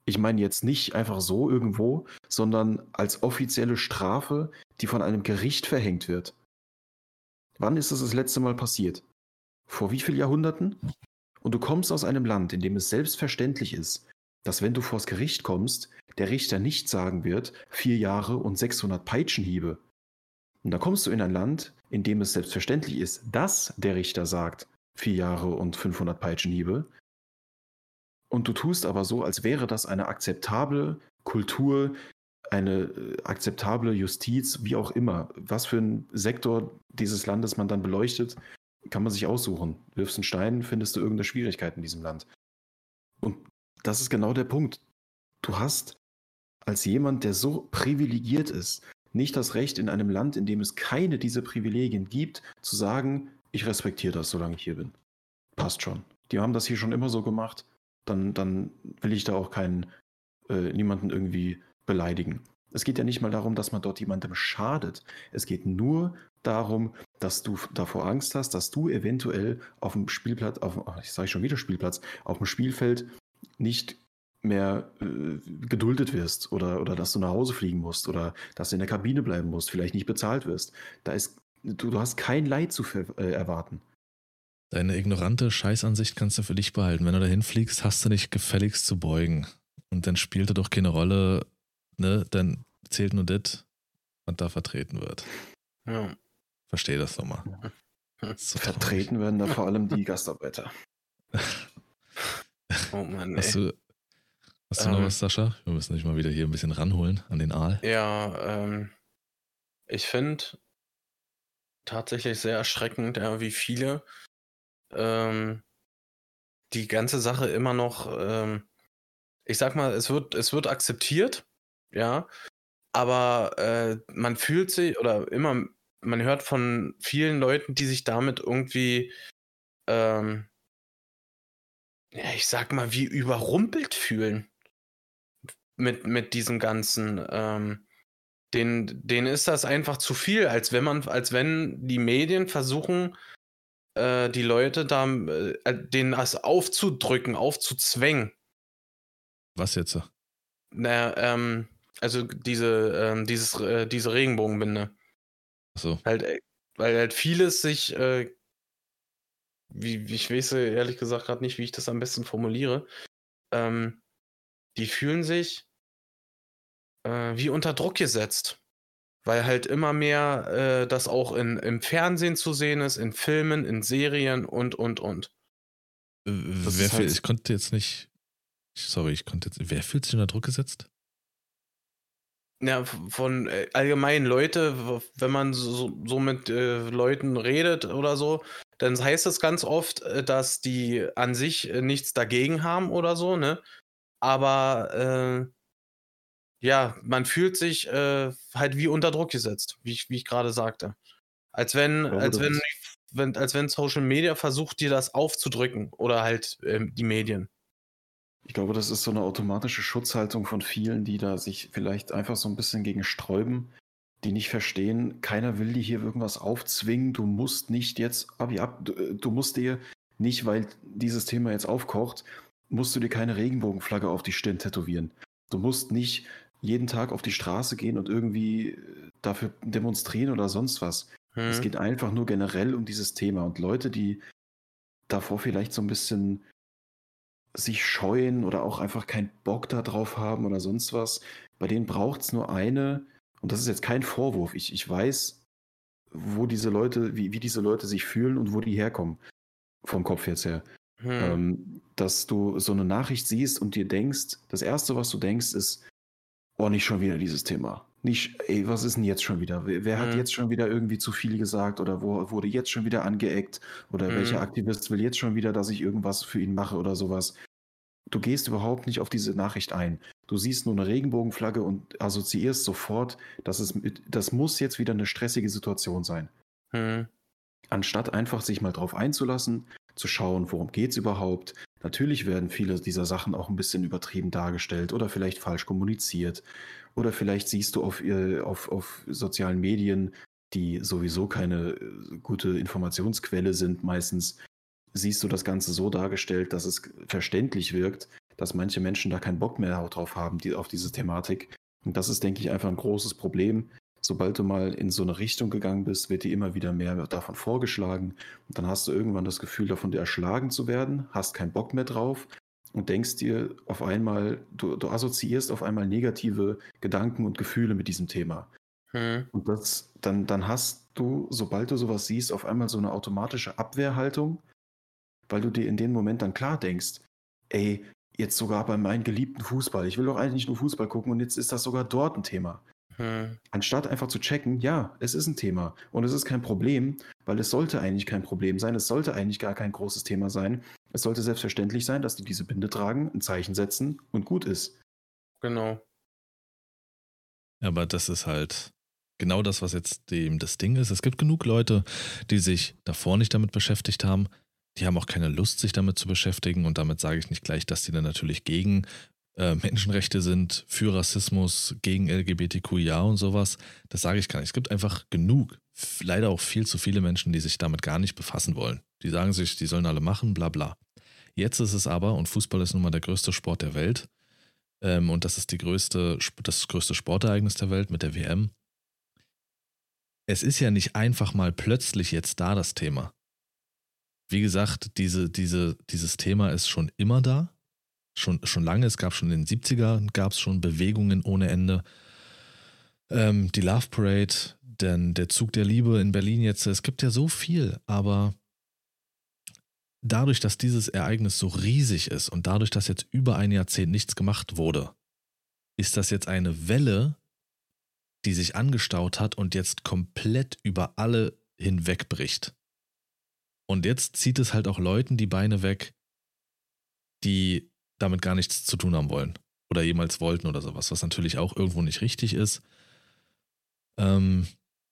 Ich meine jetzt nicht einfach so irgendwo, sondern als offizielle Strafe, die von einem Gericht verhängt wird. Wann ist das das letzte Mal passiert? Vor wie vielen Jahrhunderten? Und du kommst aus einem Land, in dem es selbstverständlich ist, dass wenn du vors Gericht kommst, der Richter nicht sagen wird, vier Jahre und sechshundert Peitschenhiebe. Und da kommst du in ein Land, in dem es selbstverständlich ist, dass der Richter sagt, vier Jahre und fünfhundert Peitschenhiebe. Und du tust aber so, als wäre das eine akzeptable Kultur, eine äh, akzeptable Justiz, wie auch immer. Was für ein Sektor dieses Landes man dann beleuchtet, kann man sich aussuchen. Wirfst einen Stein, findest du irgendeine Schwierigkeit in diesem Land. Und das ist genau der Punkt. Du hast als jemand, der so privilegiert ist, nicht das Recht in einem Land, in dem es keine dieser Privilegien gibt, zu sagen, ich respektiere das, solange ich hier bin. Passt schon. Die haben das hier schon immer so gemacht. Dann, dann will ich da auch keinen, äh, niemanden irgendwie beleidigen. Es geht ja nicht mal darum, dass man dort jemandem schadet. Es geht nur darum, dass du davor Angst hast, dass du eventuell auf dem Spielplatz, auf, ich sage schon wieder Spielplatz, auf dem Spielfeld nicht mehr äh, geduldet wirst oder, oder dass du nach Hause fliegen musst oder dass du in der Kabine bleiben musst, vielleicht nicht bezahlt wirst. Da ist, du, du hast kein Leid zu ver- äh, erwarten. Deine ignorante Scheißansicht kannst du für dich behalten. Wenn du dahin fliegst, hast du dich gefälligst zu beugen. Und dann spielt er doch keine Rolle, ne? Dann zählt nur das, was da vertreten wird. Ja. Versteh das doch mal. Das so vertreten werden da vor allem die Gastarbeiter. Oh Mann, ey. Hast du, hast du ähm, noch was, Sascha? Wir müssen dich mal wieder hier ein bisschen ranholen an den Aal. Ja, ähm, ich finde tatsächlich sehr erschreckend, ja, wie viele ähm, die ganze Sache immer noch, ähm, ich sag mal, es wird, es wird akzeptiert, ja, aber äh, man fühlt sich, oder immer, man hört von vielen Leuten, die sich damit irgendwie, ähm, ja, ich sag mal, wie überrumpelt fühlen mit, mit diesem ganzen, ähm, denen, denen ist das einfach zu viel, als wenn man, als wenn die Medien versuchen, äh, die Leute da, äh, denen das aufzudrücken, aufzuzwängen. Was jetzt? Naja, ähm, also diese, ähm, dieses, äh, diese Regenbogenbinde. Ach so. Halt, äh, weil halt vieles sich, äh, wie, wie ich weiß ehrlich gesagt gerade nicht, wie ich das am besten formuliere, ähm, die fühlen sich äh, wie unter Druck gesetzt. Weil halt immer mehr äh, das auch in, im Fernsehen zu sehen ist, in Filmen, in Serien und, und, und. Äh, wer halt ich konnte jetzt nicht, sorry, ich konnte jetzt, wer fühlt sich unter Druck gesetzt? Ja, von äh, allgemein Leute, wenn man so, so mit äh, Leuten redet oder so, dann heißt es ganz oft, äh, dass die an sich äh, nichts dagegen haben oder so, ne? Aber äh, ja, man fühlt sich äh, halt wie unter Druck gesetzt, wie ich, wie ich gerade sagte. Als wenn, glaube, als wenn, das- wenn, als wenn Social Media versucht, dir das aufzudrücken oder halt ähm, die Medien. Ich glaube, das ist so eine automatische Schutzhaltung von vielen, die da sich vielleicht einfach so ein bisschen gegen sträuben, die nicht verstehen, keiner will dir hier irgendwas aufzwingen, du musst nicht jetzt, Abi ab, du, du musst dir nicht, weil dieses Thema jetzt aufkocht, musst du dir keine Regenbogenflagge auf die Stirn tätowieren. Du musst nicht jeden Tag auf die Straße gehen und irgendwie dafür demonstrieren oder sonst was. Hm. Es geht einfach nur generell um dieses Thema und Leute, die davor vielleicht so ein bisschen sich scheuen oder auch einfach keinen Bock da drauf haben oder sonst was, bei denen braucht es nur eine, und das ist jetzt kein Vorwurf, ich, ich weiß, wo diese Leute, wie, wie diese Leute sich fühlen und wo die herkommen, vom Kopf jetzt her. Hm. Ähm, dass du so eine Nachricht siehst und dir denkst, das Erste, was du denkst, ist, oh, nicht schon wieder dieses Thema. Nicht, ey, was ist denn jetzt schon wieder? Wer, wer hat Hm. jetzt schon wieder irgendwie zu viel gesagt oder wo wurde jetzt schon wieder angeeckt oder Hm. welcher Aktivist will jetzt schon wieder, dass ich irgendwas für ihn mache oder sowas? Du gehst überhaupt nicht auf diese Nachricht ein. Du siehst nur eine Regenbogenflagge und assoziierst sofort, dass es, das muss jetzt wieder eine stressige Situation sein. Hm. Anstatt einfach sich mal drauf einzulassen, zu schauen, worum geht es überhaupt. Natürlich werden viele dieser Sachen auch ein bisschen übertrieben dargestellt oder vielleicht falsch kommuniziert. Oder vielleicht siehst du auf, auf, auf sozialen Medien, die sowieso keine gute Informationsquelle sind meistens, siehst du das Ganze so dargestellt, dass es verständlich wirkt, dass manche Menschen da keinen Bock mehr drauf haben, die, auf diese Thematik. Und das ist, denke ich, einfach ein großes Problem. Sobald du mal in so eine Richtung gegangen bist, wird dir immer wieder mehr davon vorgeschlagen. Und dann hast du irgendwann das Gefühl, davon erschlagen zu werden, hast keinen Bock mehr drauf und denkst dir auf einmal, du, du assoziierst auf einmal negative Gedanken und Gefühle mit diesem Thema. Hm. Und das, dann, dann hast du, sobald du sowas siehst, auf einmal so eine automatische Abwehrhaltung, weil du dir in dem Moment dann klar denkst, ey, jetzt sogar bei meinem geliebten Fußball, ich will doch eigentlich nur Fußball gucken und jetzt ist das sogar dort ein Thema. Hm. Anstatt einfach zu checken, ja, es ist ein Thema und es ist kein Problem, weil es sollte eigentlich kein Problem sein, es sollte eigentlich gar kein großes Thema sein. Es sollte selbstverständlich sein, dass die diese Binde tragen, ein Zeichen setzen und gut ist. Genau. Aber das ist halt genau das, was jetzt dem das Ding ist. Es gibt genug Leute, die sich davor nicht damit beschäftigt haben. Die haben auch keine Lust, sich damit zu beschäftigen. Und damit sage ich nicht gleich, dass die dann natürlich gegen äh, Menschenrechte sind, für Rassismus, gegen L G B T Q I A und sowas. Das sage ich gar nicht. Es gibt einfach genug, leider auch viel zu viele Menschen, die sich damit gar nicht befassen wollen. Die sagen sich, die sollen alle machen, bla bla. Jetzt ist es aber, und Fußball ist nun mal der größte Sport der Welt, ähm, und das ist die größte, das größte Sportereignis der Welt mit der W M. Es ist ja nicht einfach mal plötzlich jetzt da das Thema. Wie gesagt, diese, diese, dieses Thema ist schon immer da. Schon, schon lange. Es gab schon in den siebzigern gab es schon Bewegungen ohne Ende. Ähm, die Love Parade, denn der Zug der Liebe in Berlin jetzt. Es gibt ja so viel, aber dadurch, dass dieses Ereignis so riesig ist und dadurch, dass jetzt über ein Jahrzehnt nichts gemacht wurde, ist das jetzt eine Welle, die sich angestaut hat und jetzt komplett über alle hinwegbricht. Und jetzt zieht es halt auch Leuten die Beine weg, die damit gar nichts zu tun haben wollen oder jemals wollten oder sowas, was natürlich auch irgendwo nicht richtig ist. Ähm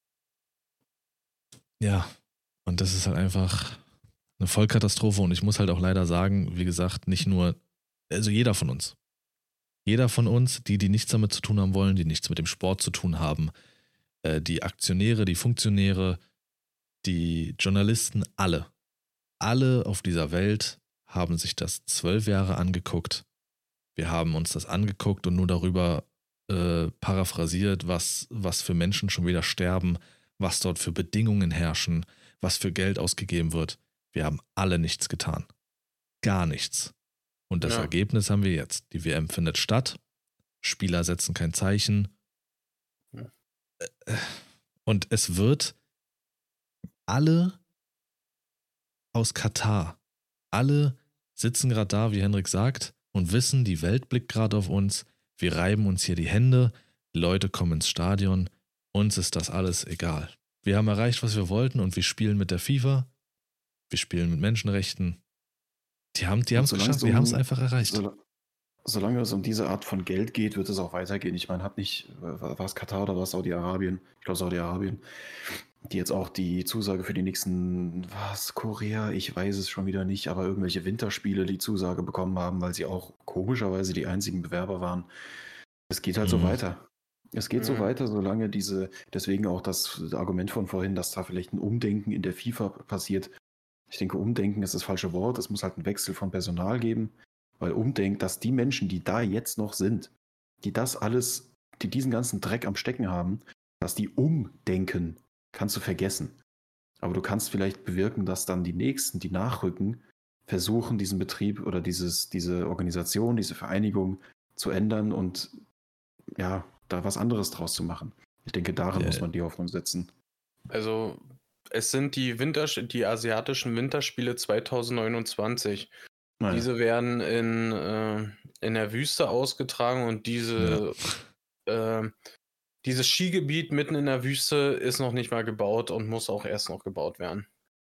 ja, und das ist halt einfach eine Vollkatastrophe und ich muss halt auch leider sagen, wie gesagt, nicht nur, also jeder von uns, jeder von uns, die, die nichts damit zu tun haben wollen, die nichts mit dem Sport zu tun haben, äh, die Aktionäre, die Funktionäre, die Journalisten, alle, alle auf dieser Welt haben sich das zwölf Jahre angeguckt. Wir haben uns das angeguckt und nur darüber äh, paraphrasiert, was, was für Menschen schon wieder sterben, was dort für Bedingungen herrschen, was für Geld ausgegeben wird. Wir haben alle nichts getan. Gar nichts. Und das Ja. Ergebnis haben wir jetzt. Die W M findet statt. Spieler setzen kein Zeichen. Ja. Und es wird alle aus Katar, alle sitzen gerade da, wie Henrik sagt, und wissen, die Welt blickt gerade auf uns. Wir reiben uns hier die Hände. Die Leute kommen ins Stadion. Uns ist das alles egal. Wir haben erreicht, was wir wollten und wir spielen mit der FIFA. Wir spielen mit Menschenrechten. Die haben die haben es geschafft. Um, wir haben es einfach erreicht. So, solange es um diese Art von Geld geht, wird es auch weitergehen. Ich meine, hat nicht, war es Katar oder war es Saudi-Arabien? Ich glaube Saudi-Arabien. Die jetzt auch die Zusage für die nächsten, was, Korea, ich weiß es schon wieder nicht, aber irgendwelche Winterspiele die Zusage bekommen haben, weil sie auch komischerweise die einzigen Bewerber waren. Es geht halt Mhm. so weiter. Es geht Mhm. so weiter, solange diese, deswegen auch das Argument von vorhin, dass da vielleicht ein Umdenken in der FIFA passiert. Ich denke, Umdenken ist das falsche Wort. Es muss halt einen Wechsel von Personal geben, weil Umdenken, dass die Menschen, die da jetzt noch sind, die das alles, die diesen ganzen Dreck am Stecken haben, dass die umdenken, kannst du vergessen. Aber du kannst vielleicht bewirken, dass dann die Nächsten, die nachrücken, versuchen, diesen Betrieb oder dieses, diese Organisation, diese Vereinigung zu ändern und ja, da was anderes draus zu machen. Ich denke, darin Ja. muss man die Hoffnung setzen. Also, es sind die Winter die asiatischen Winterspiele zweitausendneunundzwanzig. Naja. Diese werden in, äh, in der Wüste ausgetragen und diese, äh, dieses Skigebiet mitten in der Wüste ist noch nicht mal gebaut und muss auch erst noch gebaut werden.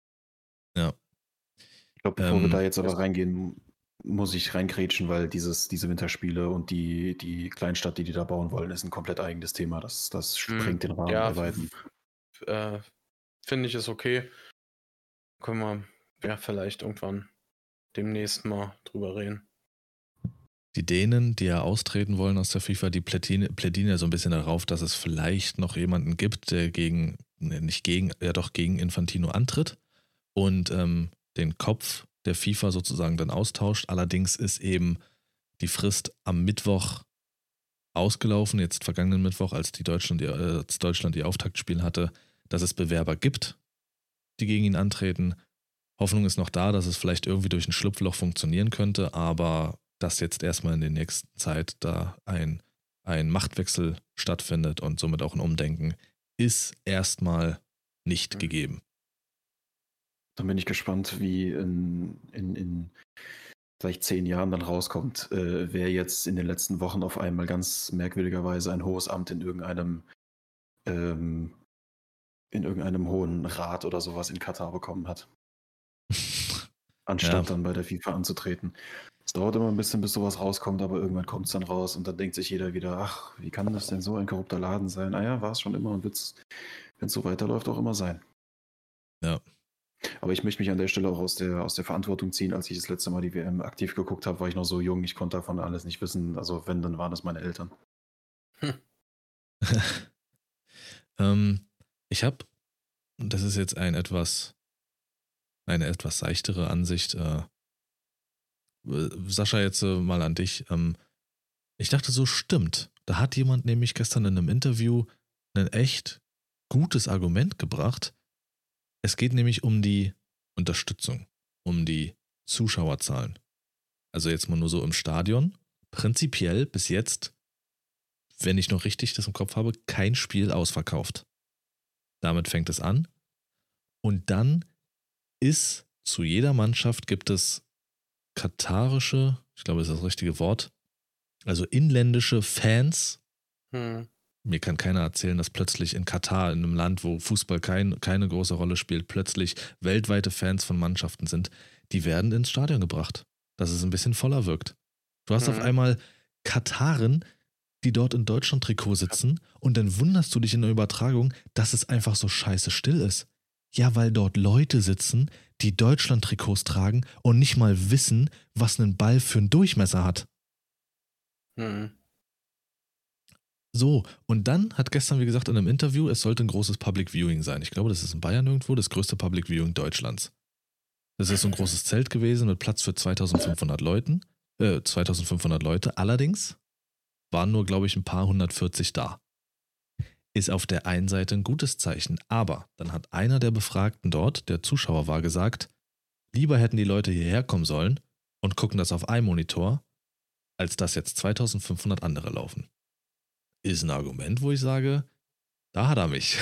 Ja. Ich glaube, bevor Ähm, wir da jetzt aber reingehen, muss ich reinkrätschen, weil dieses, diese Winterspiele und die, die Kleinstadt, die die da bauen wollen, ist ein komplett eigenes Thema. Das, das sprengt den Rahmen Ja, bei weitem. Äh, finde ich es okay. Können wir ja vielleicht irgendwann demnächst mal drüber reden. Die Dänen, die ja austreten wollen aus der FIFA, die plädieren, plädieren ja so ein bisschen darauf, dass es vielleicht noch jemanden gibt, der gegen, ne, nicht gegen, ja doch gegen Infantino antritt und ähm, den Kopf der FIFA sozusagen dann austauscht. Allerdings ist eben die Frist am Mittwoch ausgelaufen, jetzt vergangenen Mittwoch, als, die Deutschland, äh, als Deutschland ihr Auftaktspiel hatte, dass es Bewerber gibt, die gegen ihn antreten. Hoffnung ist noch da, dass es vielleicht irgendwie durch ein Schlupfloch funktionieren könnte, aber dass jetzt erstmal in der nächsten Zeit da ein, ein Machtwechsel stattfindet und somit auch ein Umdenken, ist erstmal nicht Mhm. gegeben. Dann bin ich gespannt, wie in, in, in vielleicht zehn Jahren dann rauskommt, äh, wer jetzt in den letzten Wochen auf einmal ganz merkwürdigerweise ein hohes Amt in irgendeinem ähm, in irgendeinem hohen Rat oder sowas in Katar bekommen hat, anstatt Ja. dann bei der FIFA anzutreten. Es dauert immer ein bisschen, bis sowas rauskommt, aber irgendwann kommt es dann raus und dann denkt sich jeder wieder, ach, wie kann das denn so ein korrupter Laden sein? Ah ja, war es schon immer und wird es, wenn es so weiterläuft, auch immer sein. Ja. Aber ich möchte mich an der Stelle auch aus der, aus der Verantwortung ziehen. Als ich das letzte Mal die W M aktiv geguckt habe, war ich noch so jung, ich konnte davon alles nicht wissen. Also wenn, dann waren das meine Eltern. ähm, ich habe, das ist jetzt ein etwas, eine etwas seichtere Ansicht, äh, Sascha, jetzt äh, mal an dich. Ähm, ich dachte so, stimmt. Da hat jemand nämlich gestern in einem Interview ein echt gutes Argument gebracht. Es geht nämlich um die Unterstützung, um die Zuschauerzahlen. Also jetzt mal nur so im Stadion. Prinzipiell bis jetzt, wenn ich noch richtig das im Kopf habe, kein Spiel ausverkauft. Damit fängt es an. Und dann ist zu jeder Mannschaft gibt es katarische, ich glaube, das ist das richtige Wort, also inländische Fans. Hm. Mir kann keiner erzählen, dass plötzlich in Katar, in einem Land, wo Fußball kein, keine große Rolle spielt, plötzlich weltweite Fans von Mannschaften sind. Die werden ins Stadion gebracht, dass es ein bisschen voller wirkt. Du hast Hm. auf einmal Kataren, die dort in Deutschland-Trikot sitzen und dann wunderst du dich in der Übertragung, dass es einfach so scheiße still ist. Ja, weil dort Leute sitzen, die Deutschland-Trikots tragen und nicht mal wissen, was ein Ball für einen Durchmesser hat. Hm. So, und dann hat gestern, wie gesagt, in einem Interview, es sollte ein großes Public Viewing sein. Ich glaube, das ist in Bayern irgendwo, das größte Public Viewing Deutschlands. Das ist so ein großes Zelt gewesen mit Platz für zweitausendfünfhundert Leuten, äh, zweitausendfünfhundert Leute. Allerdings waren nur, glaube ich, ein paar hundertvierzig da. Ist auf der einen Seite ein gutes Zeichen, aber dann hat einer der Befragten dort, der Zuschauer war, gesagt, lieber hätten die Leute hierher kommen sollen und gucken das auf einem Monitor, als dass jetzt zweitausendfünfhundert andere laufen. Ist ein Argument, wo ich sage, da hat er mich.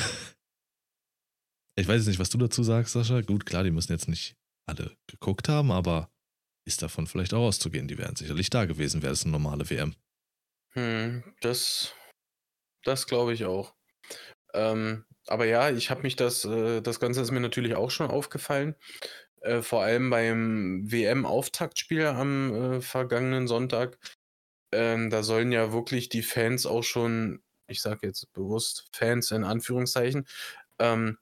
Ich weiß jetzt nicht, was du dazu sagst, Sascha. Gut, klar, die müssen jetzt nicht alle geguckt haben, aber ist davon vielleicht auch auszugehen. Die wären sicherlich da gewesen, wäre es eine normale W M. Hm. Das, das glaube ich auch. Ähm, aber ja, ich habe mich das, äh, das Ganze ist mir natürlich auch schon aufgefallen. Äh, vor allem beim W M-Auftaktspiel am äh, vergangenen Sonntag. Ähm, da sollen ja wirklich die Fans auch schon, ich sage jetzt bewusst Fans in Anführungszeichen, ähm,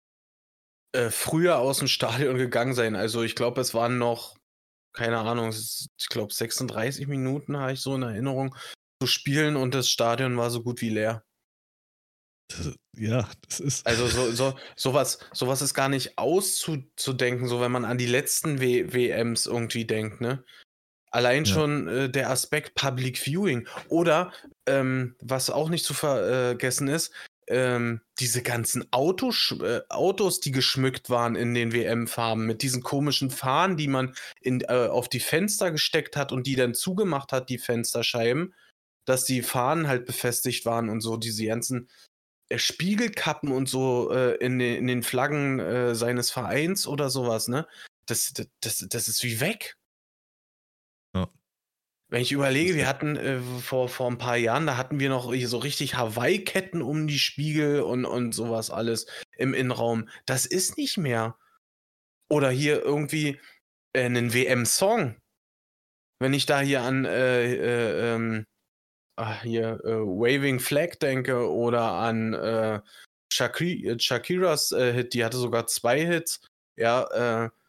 äh, früher aus dem Stadion gegangen sein. Also ich glaube, es waren noch, keine Ahnung, ich glaube sechsunddreißig Minuten habe ich so in Erinnerung zu spielen und das Stadion war so gut wie leer. Das, ja, das ist. Also so, so, sowas, sowas ist gar nicht auszudenken, so wenn man an die letzten w- WMs irgendwie denkt, ne? Allein Ja. schon äh, der Aspekt Public Viewing. Oder, ähm, was auch nicht zu vergessen ist, ähm, diese ganzen Autos, äh, Autos, die geschmückt waren in den W M-Farben, mit diesen komischen Fahnen, die man in, äh, auf die Fenster gesteckt hat und die dann zugemacht hat, die Fensterscheiben, dass die Fahnen halt befestigt waren und so, diese ganzen äh, Spiegelkappen und so äh, in, den, in den Flaggen äh, seines Vereins oder sowas, ne? Das, das, das, das ist wie weg. Ja. Wenn ich überlege, wir hatten äh, vor, vor ein paar Jahren, da hatten wir noch hier so richtig Hawaii-Ketten um die Spiegel und, und sowas alles im Innenraum. Das ist nicht mehr. Oder hier irgendwie äh, einen W M-Song. Wenn ich da hier an äh, äh, ähm, ah, hier äh, Waving Flag denke oder an äh, Shaki Shakiras äh, Hit, die hatte sogar zwei Hits. Ja, äh,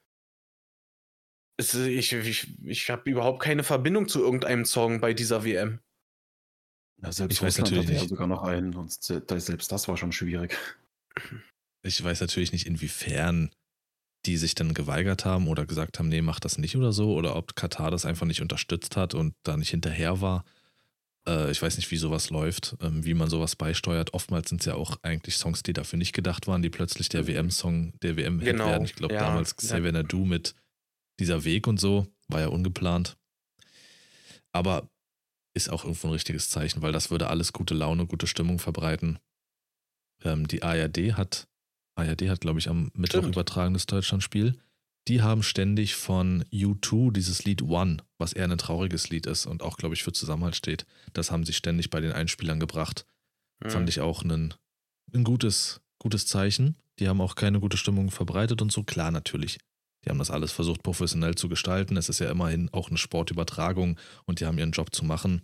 es, ich, ich, ich habe überhaupt keine Verbindung zu irgendeinem Song bei dieser W M. Ja, selbst Ich weiß Russland natürlich hatte ja nicht. sogar noch einen und se- da- selbst das war schon schwierig. Ich weiß natürlich nicht, inwiefern die sich dann geweigert haben oder gesagt haben, nee, mach das nicht oder so, oder ob Katar das einfach nicht unterstützt hat und da nicht hinterher war. Äh, ich weiß nicht, wie sowas läuft, ähm, wie man sowas beisteuert. Oftmals sind es ja auch eigentlich Songs, die dafür nicht gedacht waren, die plötzlich der W M-Song, der W M-Hit Genau, werden. Ich glaube ja, damals ja. Xavier Naidoo mit dieser Weg und so, war ja ungeplant. Aber ist auch irgendwo ein richtiges Zeichen, weil das würde alles gute Laune, gute Stimmung verbreiten. Ähm, die A R D hat, A R D hat, glaube ich, am Mittwoch Stimmt. übertragen das Deutschlandspiel. Die haben ständig von U zwei dieses Lied One, was eher ein trauriges Lied ist und auch, glaube ich, für Zusammenhalt steht, das haben sie ständig bei den Einspielern gebracht. Hm. Fand ich auch ein, ein gutes, gutes Zeichen. Die haben auch keine gute Stimmung verbreitet und so. Klar, natürlich. Die haben das alles versucht, professionell zu gestalten. Es ist ja immerhin auch eine Sportübertragung und die haben ihren Job zu machen.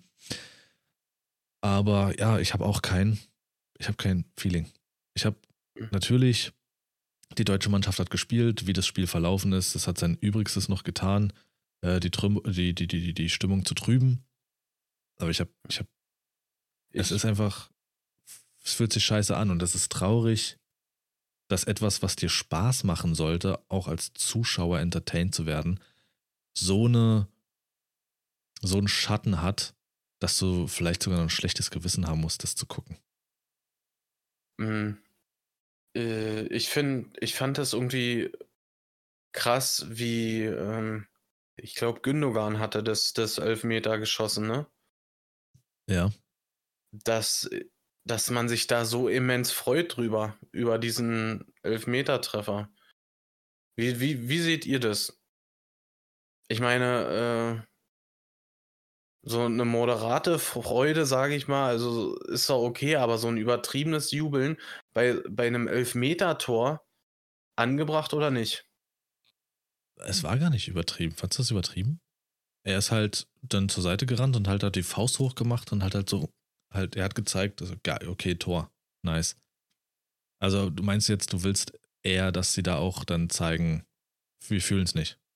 Aber ja, ich habe auch kein, ich habe kein Feeling. Ich habe natürlich, die deutsche Mannschaft hat gespielt, wie das Spiel verlaufen ist. Das hat sein Übrigstes noch getan, äh, die, Trüm die, die, die, die Stimmung zu trüben. Aber ich habe, ich habe, es ist einfach, es fühlt sich scheiße an und das ist traurig, dass etwas, was dir Spaß machen sollte, auch als Zuschauer entertained zu werden, so eine, so einen Schatten hat, dass du vielleicht sogar noch ein schlechtes Gewissen haben musst, das zu gucken. Mm. Äh, ich finde, ich fand das irgendwie krass, wie, ähm, ich glaube, Gündogan hatte das, das Elfmeter geschossen, ne? Ja. Dass, dass man sich da so immens freut drüber, über diesen Elfmetertreffer. Wie, wie, wie seht ihr das? Ich meine, äh, so eine moderate Freude, sage ich mal, also ist doch okay, aber so ein übertriebenes Jubeln bei, bei einem Elfmeter-Tor, angebracht oder nicht? Es war gar nicht übertrieben. Fandst du das übertrieben? Er ist halt dann zur Seite gerannt und halt hat die Faust hochgemacht und hat halt so, halt, er hat gezeigt, also, geil, okay, Tor, nice. Also du meinst jetzt, du willst eher, dass sie da auch dann zeigen, wir fühlen es nicht.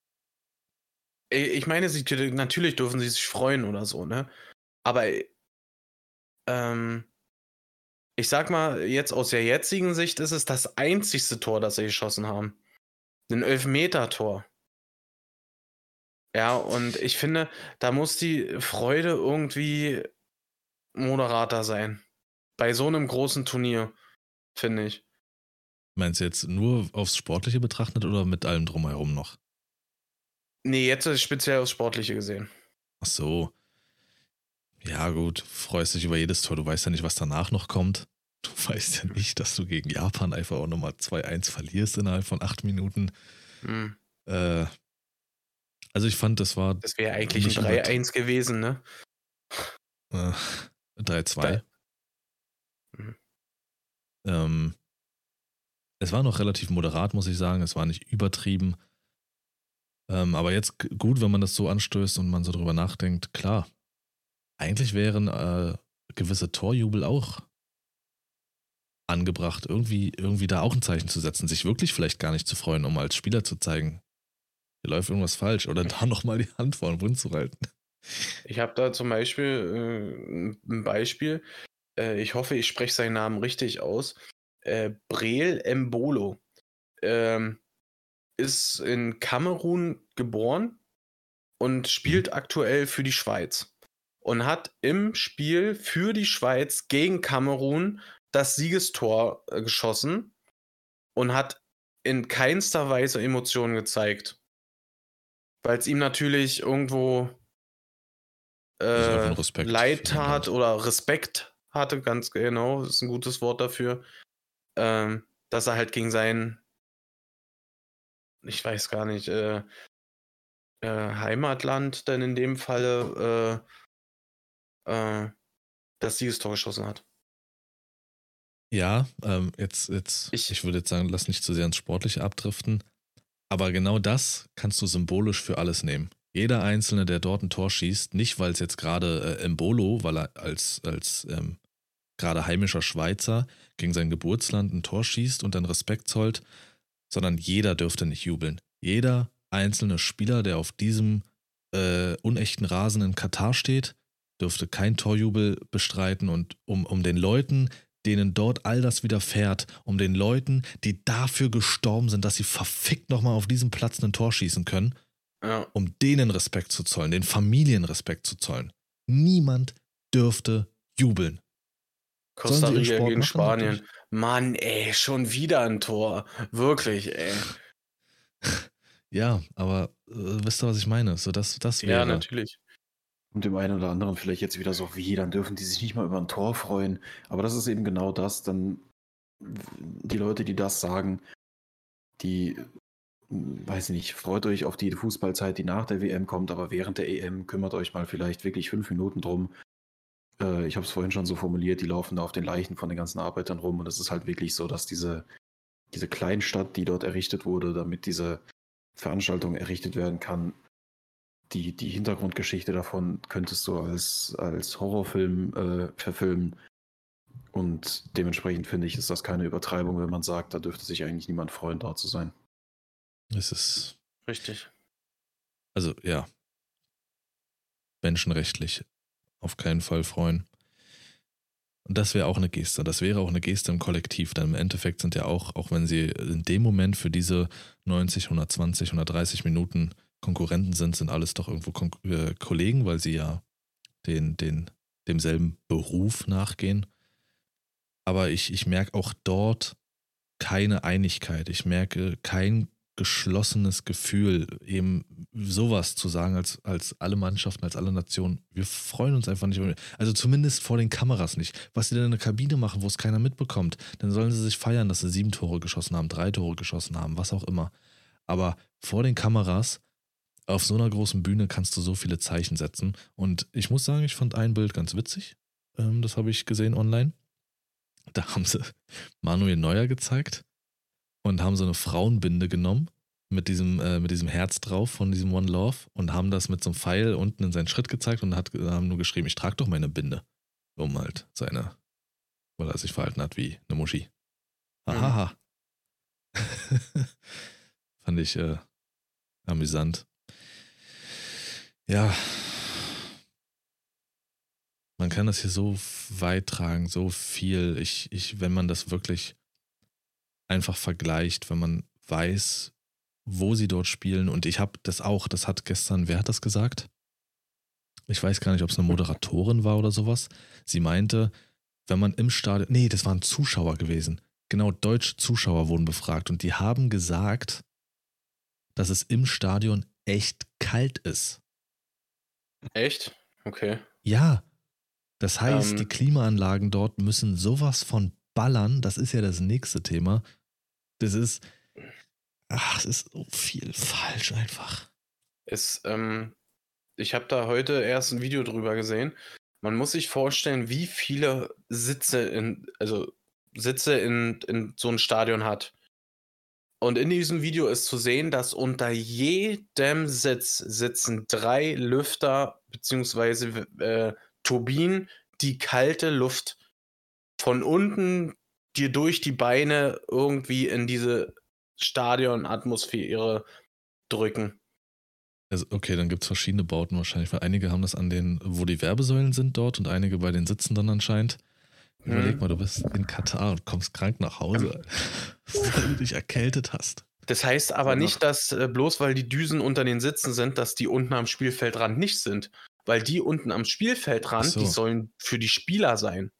Ich meine, sie, natürlich dürfen sie sich freuen oder so, ne? Aber ähm, ich sag mal, jetzt aus der jetzigen Sicht ist es das einzigste Tor, das sie geschossen haben. Ein Elfmeter-Tor. Ja, und ich finde, da muss die Freude irgendwie moderater sein. Bei so einem großen Turnier, finde ich. Meinst du jetzt nur aufs Sportliche betrachtet oder mit allem drumherum noch? Nee, jetzt ist speziell aufs Sportliche gesehen. Ach so. Ja gut, freust dich über jedes Tor. Du weißt ja nicht, was danach noch kommt. Du weißt ja nicht, dass du gegen Japan einfach auch nochmal zwei eins verlierst innerhalb von acht Minuten. Hm. Äh, also ich fand, das war... Das wäre eigentlich ein drei eins gewesen, ne? Äh, drei zwei. Mhm. Ähm, es war noch relativ moderat, muss ich sagen. Es war nicht übertrieben. Ähm, aber jetzt g- gut, wenn man das so anstößt und man so drüber nachdenkt, klar. Eigentlich wären äh, gewisse Torjubel auch angebracht, irgendwie, irgendwie da auch ein Zeichen zu setzen, sich wirklich vielleicht gar nicht zu freuen, um als Spieler zu zeigen, hier läuft irgendwas falsch oder da nochmal die Hand vor den Mund zu halten. Ich habe da zum Beispiel äh, ein Beispiel. Äh, ich hoffe, ich spreche seinen Namen richtig aus. Äh, Breel Mbolo ähm, ist in Kamerun geboren und spielt mhm. aktuell für die Schweiz. Und hat im Spiel für die Schweiz gegen Kamerun das Siegestor äh, geschossen und hat in keinster Weise Emotionen gezeigt. Weil es ihm natürlich irgendwo äh, leid tat oder Respekt hatte, ganz genau, ist ein gutes Wort dafür, ähm, dass er halt gegen sein, ich weiß gar nicht, äh, äh, Heimatland dann in dem Falle äh, äh, das Siegestor geschossen hat. Ja, ähm, jetzt, jetzt ich, ich würde jetzt sagen, lass nicht zu sehr ins Sportliche abdriften, aber genau das kannst du symbolisch für alles nehmen. Jeder Einzelne, der dort ein Tor schießt, nicht weil es jetzt gerade äh, Mbolo, weil er als, als ähm, gerade heimischer Schweizer gegen sein Geburtsland ein Tor schießt und dann Respekt zollt, sondern jeder dürfte nicht jubeln. Jeder einzelne Spieler, der auf diesem äh, unechten Rasen in Katar steht, dürfte kein Torjubel bestreiten und um, um den Leuten, denen dort all das widerfährt, um den Leuten, die dafür gestorben sind, dass sie verfickt nochmal auf diesem Platz ein Tor schießen können, Ja. um denen Respekt zu zollen, den Familien Respekt zu zollen. Niemand dürfte jubeln. Costa Sollen sie ihren Rica Sport gegen machen, Spanien. natürlich. Mann, ey, schon wieder ein Tor. Wirklich, ey. Ja, aber äh, wisst ihr, was ich meine? So, das, das wäre. Ja, natürlich. Und dem einen oder anderen vielleicht jetzt wieder so, wie, dann dürfen die sich nicht mal über ein Tor freuen. Aber das ist eben genau das, dann die Leute, die das sagen, die, weiß ich nicht, freut euch auf die Fußballzeit, die nach der W M kommt, aber während der E M kümmert euch mal vielleicht wirklich fünf Minuten drum. Äh, ich habe es vorhin schon so formuliert, die laufen da auf den Leichen von den ganzen Arbeitern rum und es ist halt wirklich so, dass diese, diese Kleinstadt, die dort errichtet wurde, damit diese Veranstaltung errichtet werden kann, Die, die Hintergrundgeschichte davon könntest du als, als Horrorfilm äh, verfilmen. Und dementsprechend finde ich, ist das keine Übertreibung, wenn man sagt, da dürfte sich eigentlich niemand freuen, da zu sein. Es ist, Richtig. also ja, menschenrechtlich auf keinen Fall freuen. Und das wäre auch eine Geste. Das wäre auch eine Geste im Kollektiv. Denn im Endeffekt sind ja auch, auch wenn sie in dem Moment für diese neunzig, hundertzwanzig, hundertdreißig Minuten Konkurrenten sind, sind alles doch irgendwo Kon- äh, Kollegen, weil sie ja den, den, demselben Beruf nachgehen. Aber ich, ich merke auch dort keine Einigkeit. Ich merke kein geschlossenes Gefühl, eben sowas zu sagen, als, als alle Mannschaften, als alle Nationen. Wir freuen uns einfach nicht. Also zumindest vor den Kameras nicht. Was sie denn in der Kabine machen, wo es keiner mitbekommt, dann sollen sie sich feiern, dass sie sieben Tore geschossen haben, drei Tore geschossen haben, was auch immer. Aber vor den Kameras, auf so einer großen Bühne kannst du so viele Zeichen setzen. Und ich muss sagen, ich fand ein Bild ganz witzig. Ähm, das habe ich gesehen online. Da haben sie Manuel Neuer gezeigt und haben so eine Frauenbinde genommen mit diesem, äh, mit diesem Herz drauf von diesem One Love und haben das mit so einem Pfeil unten in seinen Schritt gezeigt und hat, haben nur geschrieben, ich trage doch meine Binde. Um halt seine, weil er sich verhalten hat wie eine Muschi. Hahaha. Mhm. Fand ich äh, amüsant. Ja, man kann das hier so weit tragen, so viel. Ich, ich, wenn man das wirklich einfach vergleicht, wenn man weiß, wo sie dort spielen. Und ich habe das auch, das hat gestern, wer hat das gesagt? Ich weiß gar nicht, ob es eine Moderatorin war oder sowas. Sie meinte, wenn man im Stadion, nee, das waren Zuschauer gewesen. Genau, deutsche Zuschauer wurden befragt und die haben gesagt, dass es im Stadion echt kalt ist. Echt? Okay. Ja, das heißt, Ähm. die Klimaanlagen dort müssen sowas von ballern. Das ist ja das nächste Thema. Das ist, ach, es ist so viel falsch einfach. Es, ähm, ich habe da heute erst ein Video drüber gesehen. Man muss sich vorstellen, wie viele Sitze in, also Sitze in, in so ein Stadion hat. Und in diesem Video ist zu sehen, dass unter jedem Sitz sitzen drei Lüfter bzw. Äh, Turbinen, die kalte Luft von unten dir durch die Beine irgendwie in diese Stadionatmosphäre drücken. Also okay, dann gibt es verschiedene Bauten wahrscheinlich, weil einige haben das an den, wo die Werbesäulen sind dort und einige bei den Sitzen dann anscheinend. Überleg Hm. mal, du bist in Katar und kommst krank nach Hause, weil du dich erkältet hast. Das heißt aber Ja, nicht, dass äh, bloß weil die Düsen unter den Sitzen sind, dass die unten am Spielfeldrand nicht sind. Weil die unten am Spielfeldrand, Ach so. die sollen für die Spieler sein.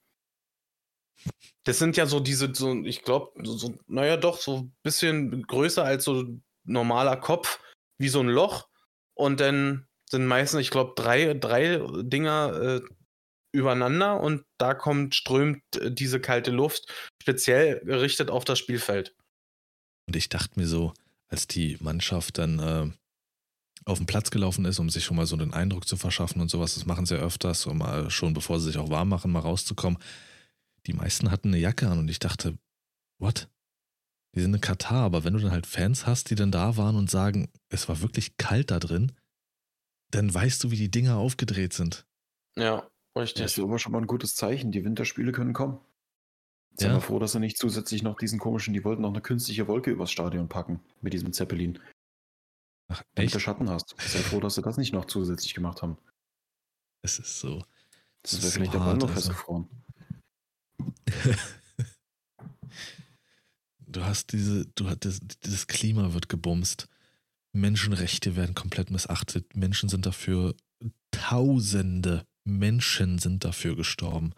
Das sind ja so diese, so, ich glaube, so, so, naja, doch, so ein bisschen größer als so ein normaler Kopf, wie so ein Loch. Und dann sind meistens, ich glaube, drei, drei Dinger äh, übereinander und da kommt, strömt äh, diese kalte Luft speziell gerichtet auf das Spielfeld. Und ich dachte mir so, als die Mannschaft dann äh, auf den Platz gelaufen ist, um sich schon mal so den Eindruck zu verschaffen und sowas, das machen sie ja öfters, um mal schon bevor sie sich auch warm machen, mal rauszukommen. Die meisten hatten eine Jacke an und ich dachte, what? Die sind in Katar, aber wenn du dann halt Fans hast, die dann da waren und sagen, es war wirklich kalt da drin, dann weißt du, wie die Dinger aufgedreht sind. Ja, Das richtig. ist aber schon mal ein gutes Zeichen. Die Winterspiele können kommen. Sei Ja. mal froh, dass sie nicht zusätzlich noch diesen komischen, die wollten noch eine künstliche Wolke übers Stadion packen mit diesem Zeppelin, Ach, damit du echt? Schatten hast. Sei froh, dass sie das nicht noch zusätzlich gemacht haben. Es ist so. Das Es wäre ist vielleicht so der Ball hart, noch also. festgefroren. Du hast diese, du hast das, dieses Klima wird gebumst. Menschenrechte werden komplett missachtet. Menschen sind dafür, Tausende Menschen sind dafür gestorben.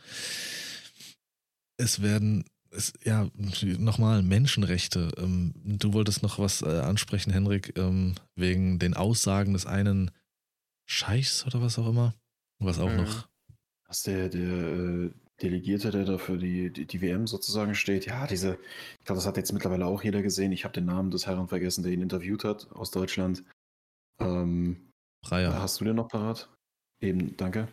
Es werden, es, ja, nochmal Menschenrechte. Ähm, du wolltest noch was äh, ansprechen, Henrik, ähm, wegen den Aussagen des einen Scheichs oder was auch immer. Was auch Mhm. noch. Was der, der äh, Delegierte, der da für die, die, die W M sozusagen steht, ja, diese, ich glaube, das hat jetzt mittlerweile auch jeder gesehen. Ich habe den Namen des Herrn vergessen, der ihn interviewt hat aus Deutschland. Ähm, Breyer. Hast du den noch parat? Eben, danke.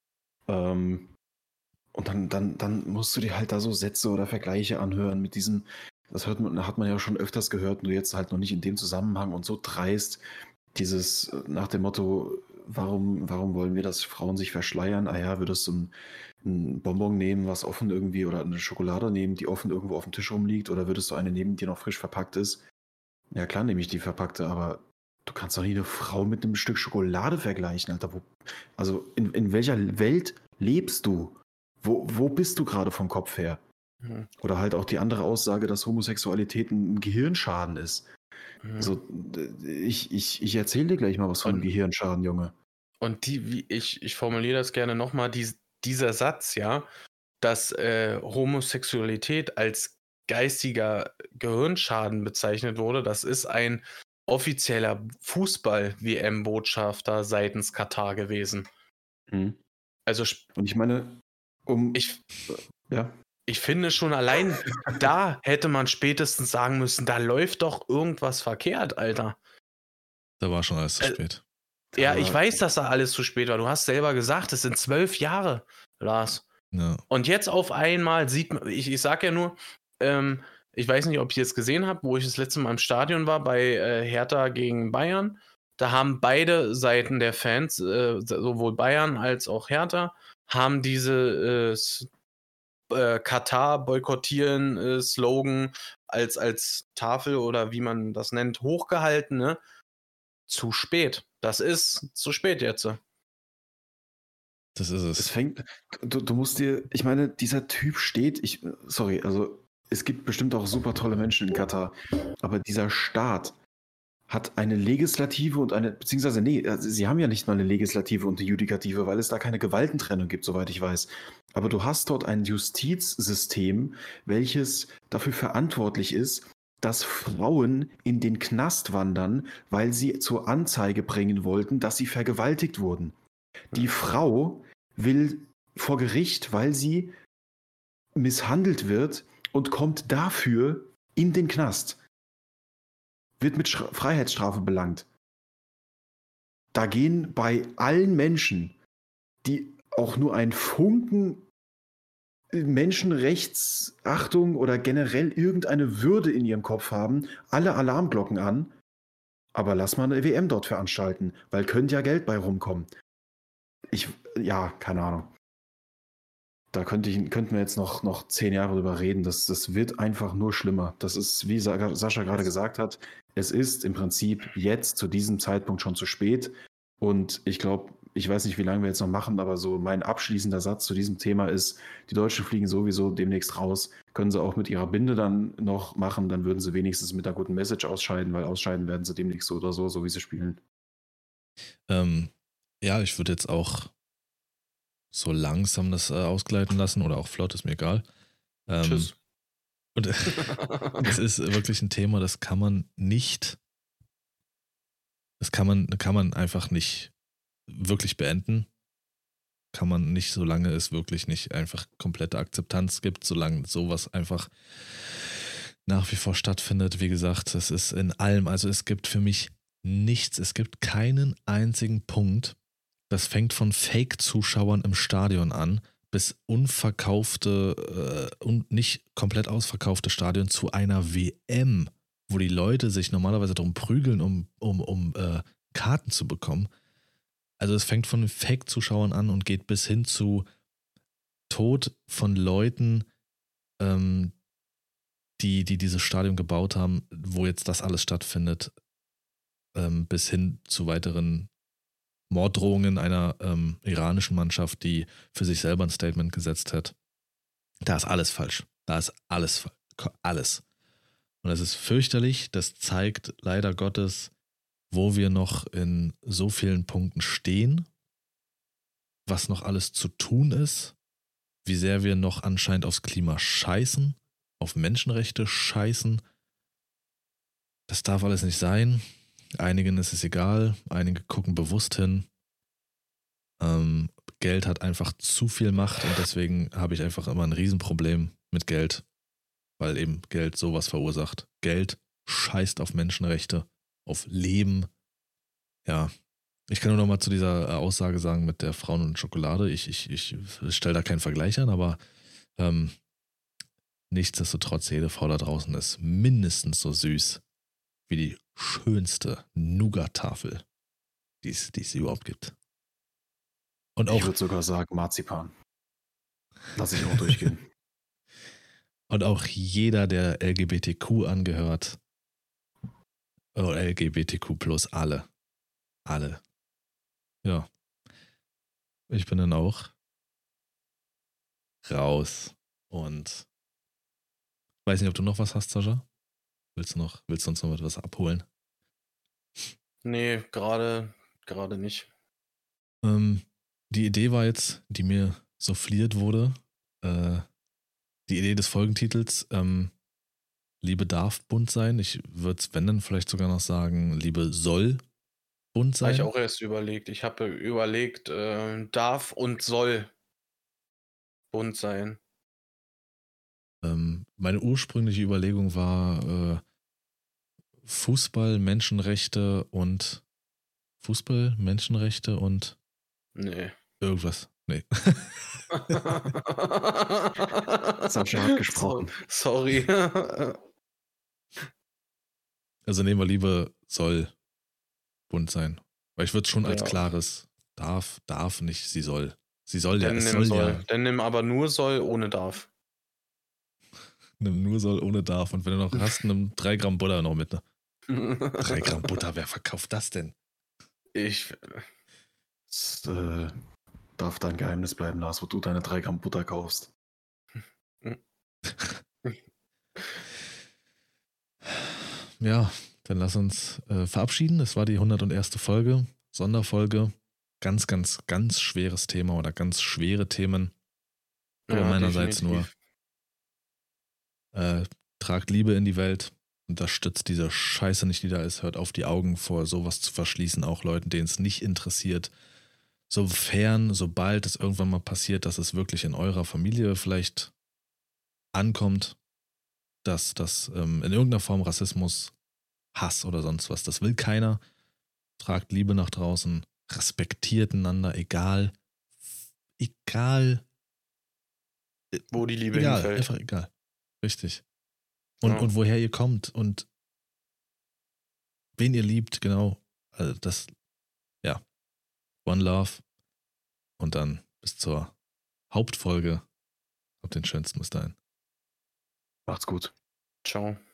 Ähm, und dann, dann, dann musst du dir halt da so Sätze oder Vergleiche anhören mit diesem, das hört man, hat man ja schon öfters gehört, nur jetzt halt noch nicht in dem Zusammenhang und so dreist, dieses äh, nach dem Motto, warum, warum wollen wir, dass Frauen sich verschleiern? Ah ja, würdest du ein, ein Bonbon nehmen, was offen irgendwie, oder eine Schokolade nehmen, die offen irgendwo auf dem Tisch rumliegt, oder würdest du eine nehmen, die noch frisch verpackt ist? Ja klar nehme ich die verpackte, aber du kannst doch nie eine Frau mit einem Stück Schokolade vergleichen, Alter. Wo, also in, in welcher Welt lebst du? Wo, wo bist du gerade vom Kopf her? Mhm. Oder halt auch die andere Aussage, dass Homosexualität ein Gehirnschaden ist. Mhm. Also ich, ich, ich erzähle dir gleich mal was von einem Und- Gehirnschaden, Junge. Und die, wie ich, ich formuliere das gerne nochmal, dies, dieser Satz, ja, dass äh, Homosexualität als geistiger Gehirnschaden bezeichnet wurde, das ist ein offizieller Fußball-W M-Botschafter seitens Katar gewesen. Mhm. Also sp- Und ich meine, um. ich, ja. ich finde schon allein, da hätte man spätestens sagen müssen, da läuft doch irgendwas verkehrt, Alter. Da war schon alles zu Äh, spät. Ja, Aber- ich weiß, dass da alles zu spät war. Du hast selber gesagt, es sind zwölf Jahre, Lars. Ja. Und jetzt auf einmal sieht man, ich, ich sag ja nur, ähm, ich weiß nicht, ob ihr es gesehen habt, wo ich das letzte Mal im Stadion war, bei äh, Hertha gegen Bayern. Da haben beide Seiten der Fans, äh, sowohl Bayern als auch Hertha, haben diese äh, s- äh, Katar boykottieren äh, Slogan als, als Tafel oder wie man das nennt, hochgehalten, ne? Zu spät. Das ist zu spät jetzt. Das ist es. Es fängt, du, du musst dir, ich meine, dieser Typ steht, ich, sorry, also es gibt bestimmt auch super tolle Menschen in Katar, aber dieser Staat hat eine Legislative und eine, beziehungsweise, nee, also sie haben ja nicht mal eine Legislative und eine Judikative, weil es da keine Gewaltentrennung gibt, soweit ich weiß. Aber du hast dort ein Justizsystem, welches dafür verantwortlich ist, dass Frauen in den Knast wandern, weil sie zur Anzeige bringen wollten, dass sie vergewaltigt wurden. Die Frau will vor Gericht, weil sie misshandelt wird und kommt dafür in den Knast. Wird mit Schra- Freiheitsstrafe belangt. Da gehen bei allen Menschen, die auch nur einen Funken Menschenrechtsachtung oder generell irgendeine Würde in ihrem Kopf haben, alle Alarmglocken an. Aber lass mal eine W M dort veranstalten, weil könnte ja Geld bei rumkommen. Ich, ja, keine Ahnung. Da könnte ich, könnten wir jetzt noch, noch zehn Jahre drüber reden. Das, das wird einfach nur schlimmer. Das ist, wie Sa- Sascha gerade gesagt hat, es ist im Prinzip jetzt zu diesem Zeitpunkt schon zu spät. Und ich glaube, ich weiß nicht, wie lange wir jetzt noch machen, aber so mein abschließender Satz zu diesem Thema ist, die Deutschen fliegen sowieso demnächst raus. Können sie auch mit ihrer Binde dann noch machen, dann würden sie wenigstens mit einer guten Message ausscheiden, weil ausscheiden werden sie demnächst so oder so, so wie sie spielen. Ähm, ja, ich würde jetzt auch so langsam das äh, ausgleiten lassen oder auch flott, ist mir egal. Ähm, Tschüss. Und es ist wirklich ein Thema, das kann man nicht, das kann man, kann man einfach nicht wirklich beenden. Kann man nicht, solange es wirklich nicht einfach komplette Akzeptanz gibt, solange sowas einfach nach wie vor stattfindet. Wie gesagt, es ist in allem, also es gibt für mich nichts, es gibt keinen einzigen Punkt. Das fängt von Fake-Zuschauern im Stadion an, bis unverkaufte äh, und nicht komplett ausverkaufte Stadion zu einer W M, wo die Leute sich normalerweise darum prügeln, um, um, um äh, Karten zu bekommen. Also es fängt von Fake-Zuschauern an und geht bis hin zu Tod von Leuten, ähm, die, die dieses Stadion gebaut haben, wo jetzt das alles stattfindet, ähm, bis hin zu weiteren Morddrohungen einer ähm, iranischen Mannschaft, die für sich selber ein Statement gesetzt hat. Da ist alles falsch. Da ist alles falsch. Alles. Und das ist fürchterlich. Das zeigt leider Gottes, wo wir noch in so vielen Punkten stehen, was noch alles zu tun ist, wie sehr wir noch anscheinend aufs Klima scheißen, auf Menschenrechte scheißen. Das darf alles nicht sein. Einigen ist es egal, einige gucken bewusst hin. Ähm, Geld hat einfach zu viel Macht und deswegen habe ich einfach immer ein Riesenproblem mit Geld, weil eben Geld sowas verursacht. Geld scheißt auf Menschenrechte, auf Leben. Ja, ich kann nur noch mal zu dieser Aussage sagen mit der Frauen und Schokolade. Ich, ich, ich stelle da keinen Vergleich an, aber ähm, nichtsdestotrotz, jede Frau da draußen ist mindestens so süß wie die schönste Nougat-Tafel, die es, die es überhaupt gibt. Und auch, ich würde sogar sagen Marzipan. Lass ich auch durchgehen. Und auch jeder, der L G B T Q angehört, oder L G B T Q plus, alle. Alle. Ja. Ich bin dann auch raus. Und weiß nicht, ob du noch was hast, Sascha? Willst du noch, willst du uns noch etwas abholen? Nee, gerade, gerade nicht. Ähm, die Idee war jetzt, die mir souffliert wurde, äh, die Idee des Folgentitels, ähm, Liebe darf bunt sein. Ich würde es, wenn dann vielleicht sogar noch sagen, Liebe soll bunt sein. Habe ich auch erst überlegt. Ich habe überlegt, äh, darf und soll bunt sein. Ähm, meine ursprüngliche Überlegung war äh, Fußball, Menschenrechte und Fußball, Menschenrechte und Nee. irgendwas. Nee. Sascha hat gesprochen. So, sorry. Also nehmen wir Liebe soll bunt sein. Weil ich würde schon als Ja. klares darf, darf nicht, sie soll. Sie soll ja, Dann es nimm soll soll. ja. Dann nimm aber nur soll ohne darf. Nimm nur soll ohne darf. Und wenn du noch hast, nimm drei Gramm Butter noch mit. Ne? Drei Gramm Butter, wer verkauft das denn? Ich. Das äh, darf dein Geheimnis bleiben, Lars, wo du deine drei Gramm Butter kaufst. Ja, dann lass uns äh, verabschieden. Das war die hunderterste Folge, Sonderfolge. Ganz, ganz, ganz schweres Thema oder ganz schwere Themen. Aber Ja, meinerseits definitiv. nur äh, tragt Liebe in die Welt, unterstützt diese Scheiße nicht, die da ist, hört auf, die Augen vor sowas zu verschließen, auch Leuten, denen es nicht interessiert. Sofern, sobald es irgendwann mal passiert, dass es wirklich in eurer Familie vielleicht ankommt, dass das ähm, in irgendeiner Form Rassismus, Hass oder sonst was, das will keiner. Tragt Liebe nach draußen, respektiert einander, egal, egal, Wo die Liebe egal, hinfällt. einfach egal. Richtig. Und, Ja. und woher ihr kommt und wen ihr liebt, genau. Also das, ja. One Love. Und dann bis zur Hauptfolge. Habt den schönsten bis dahin. Macht's gut. Ciao.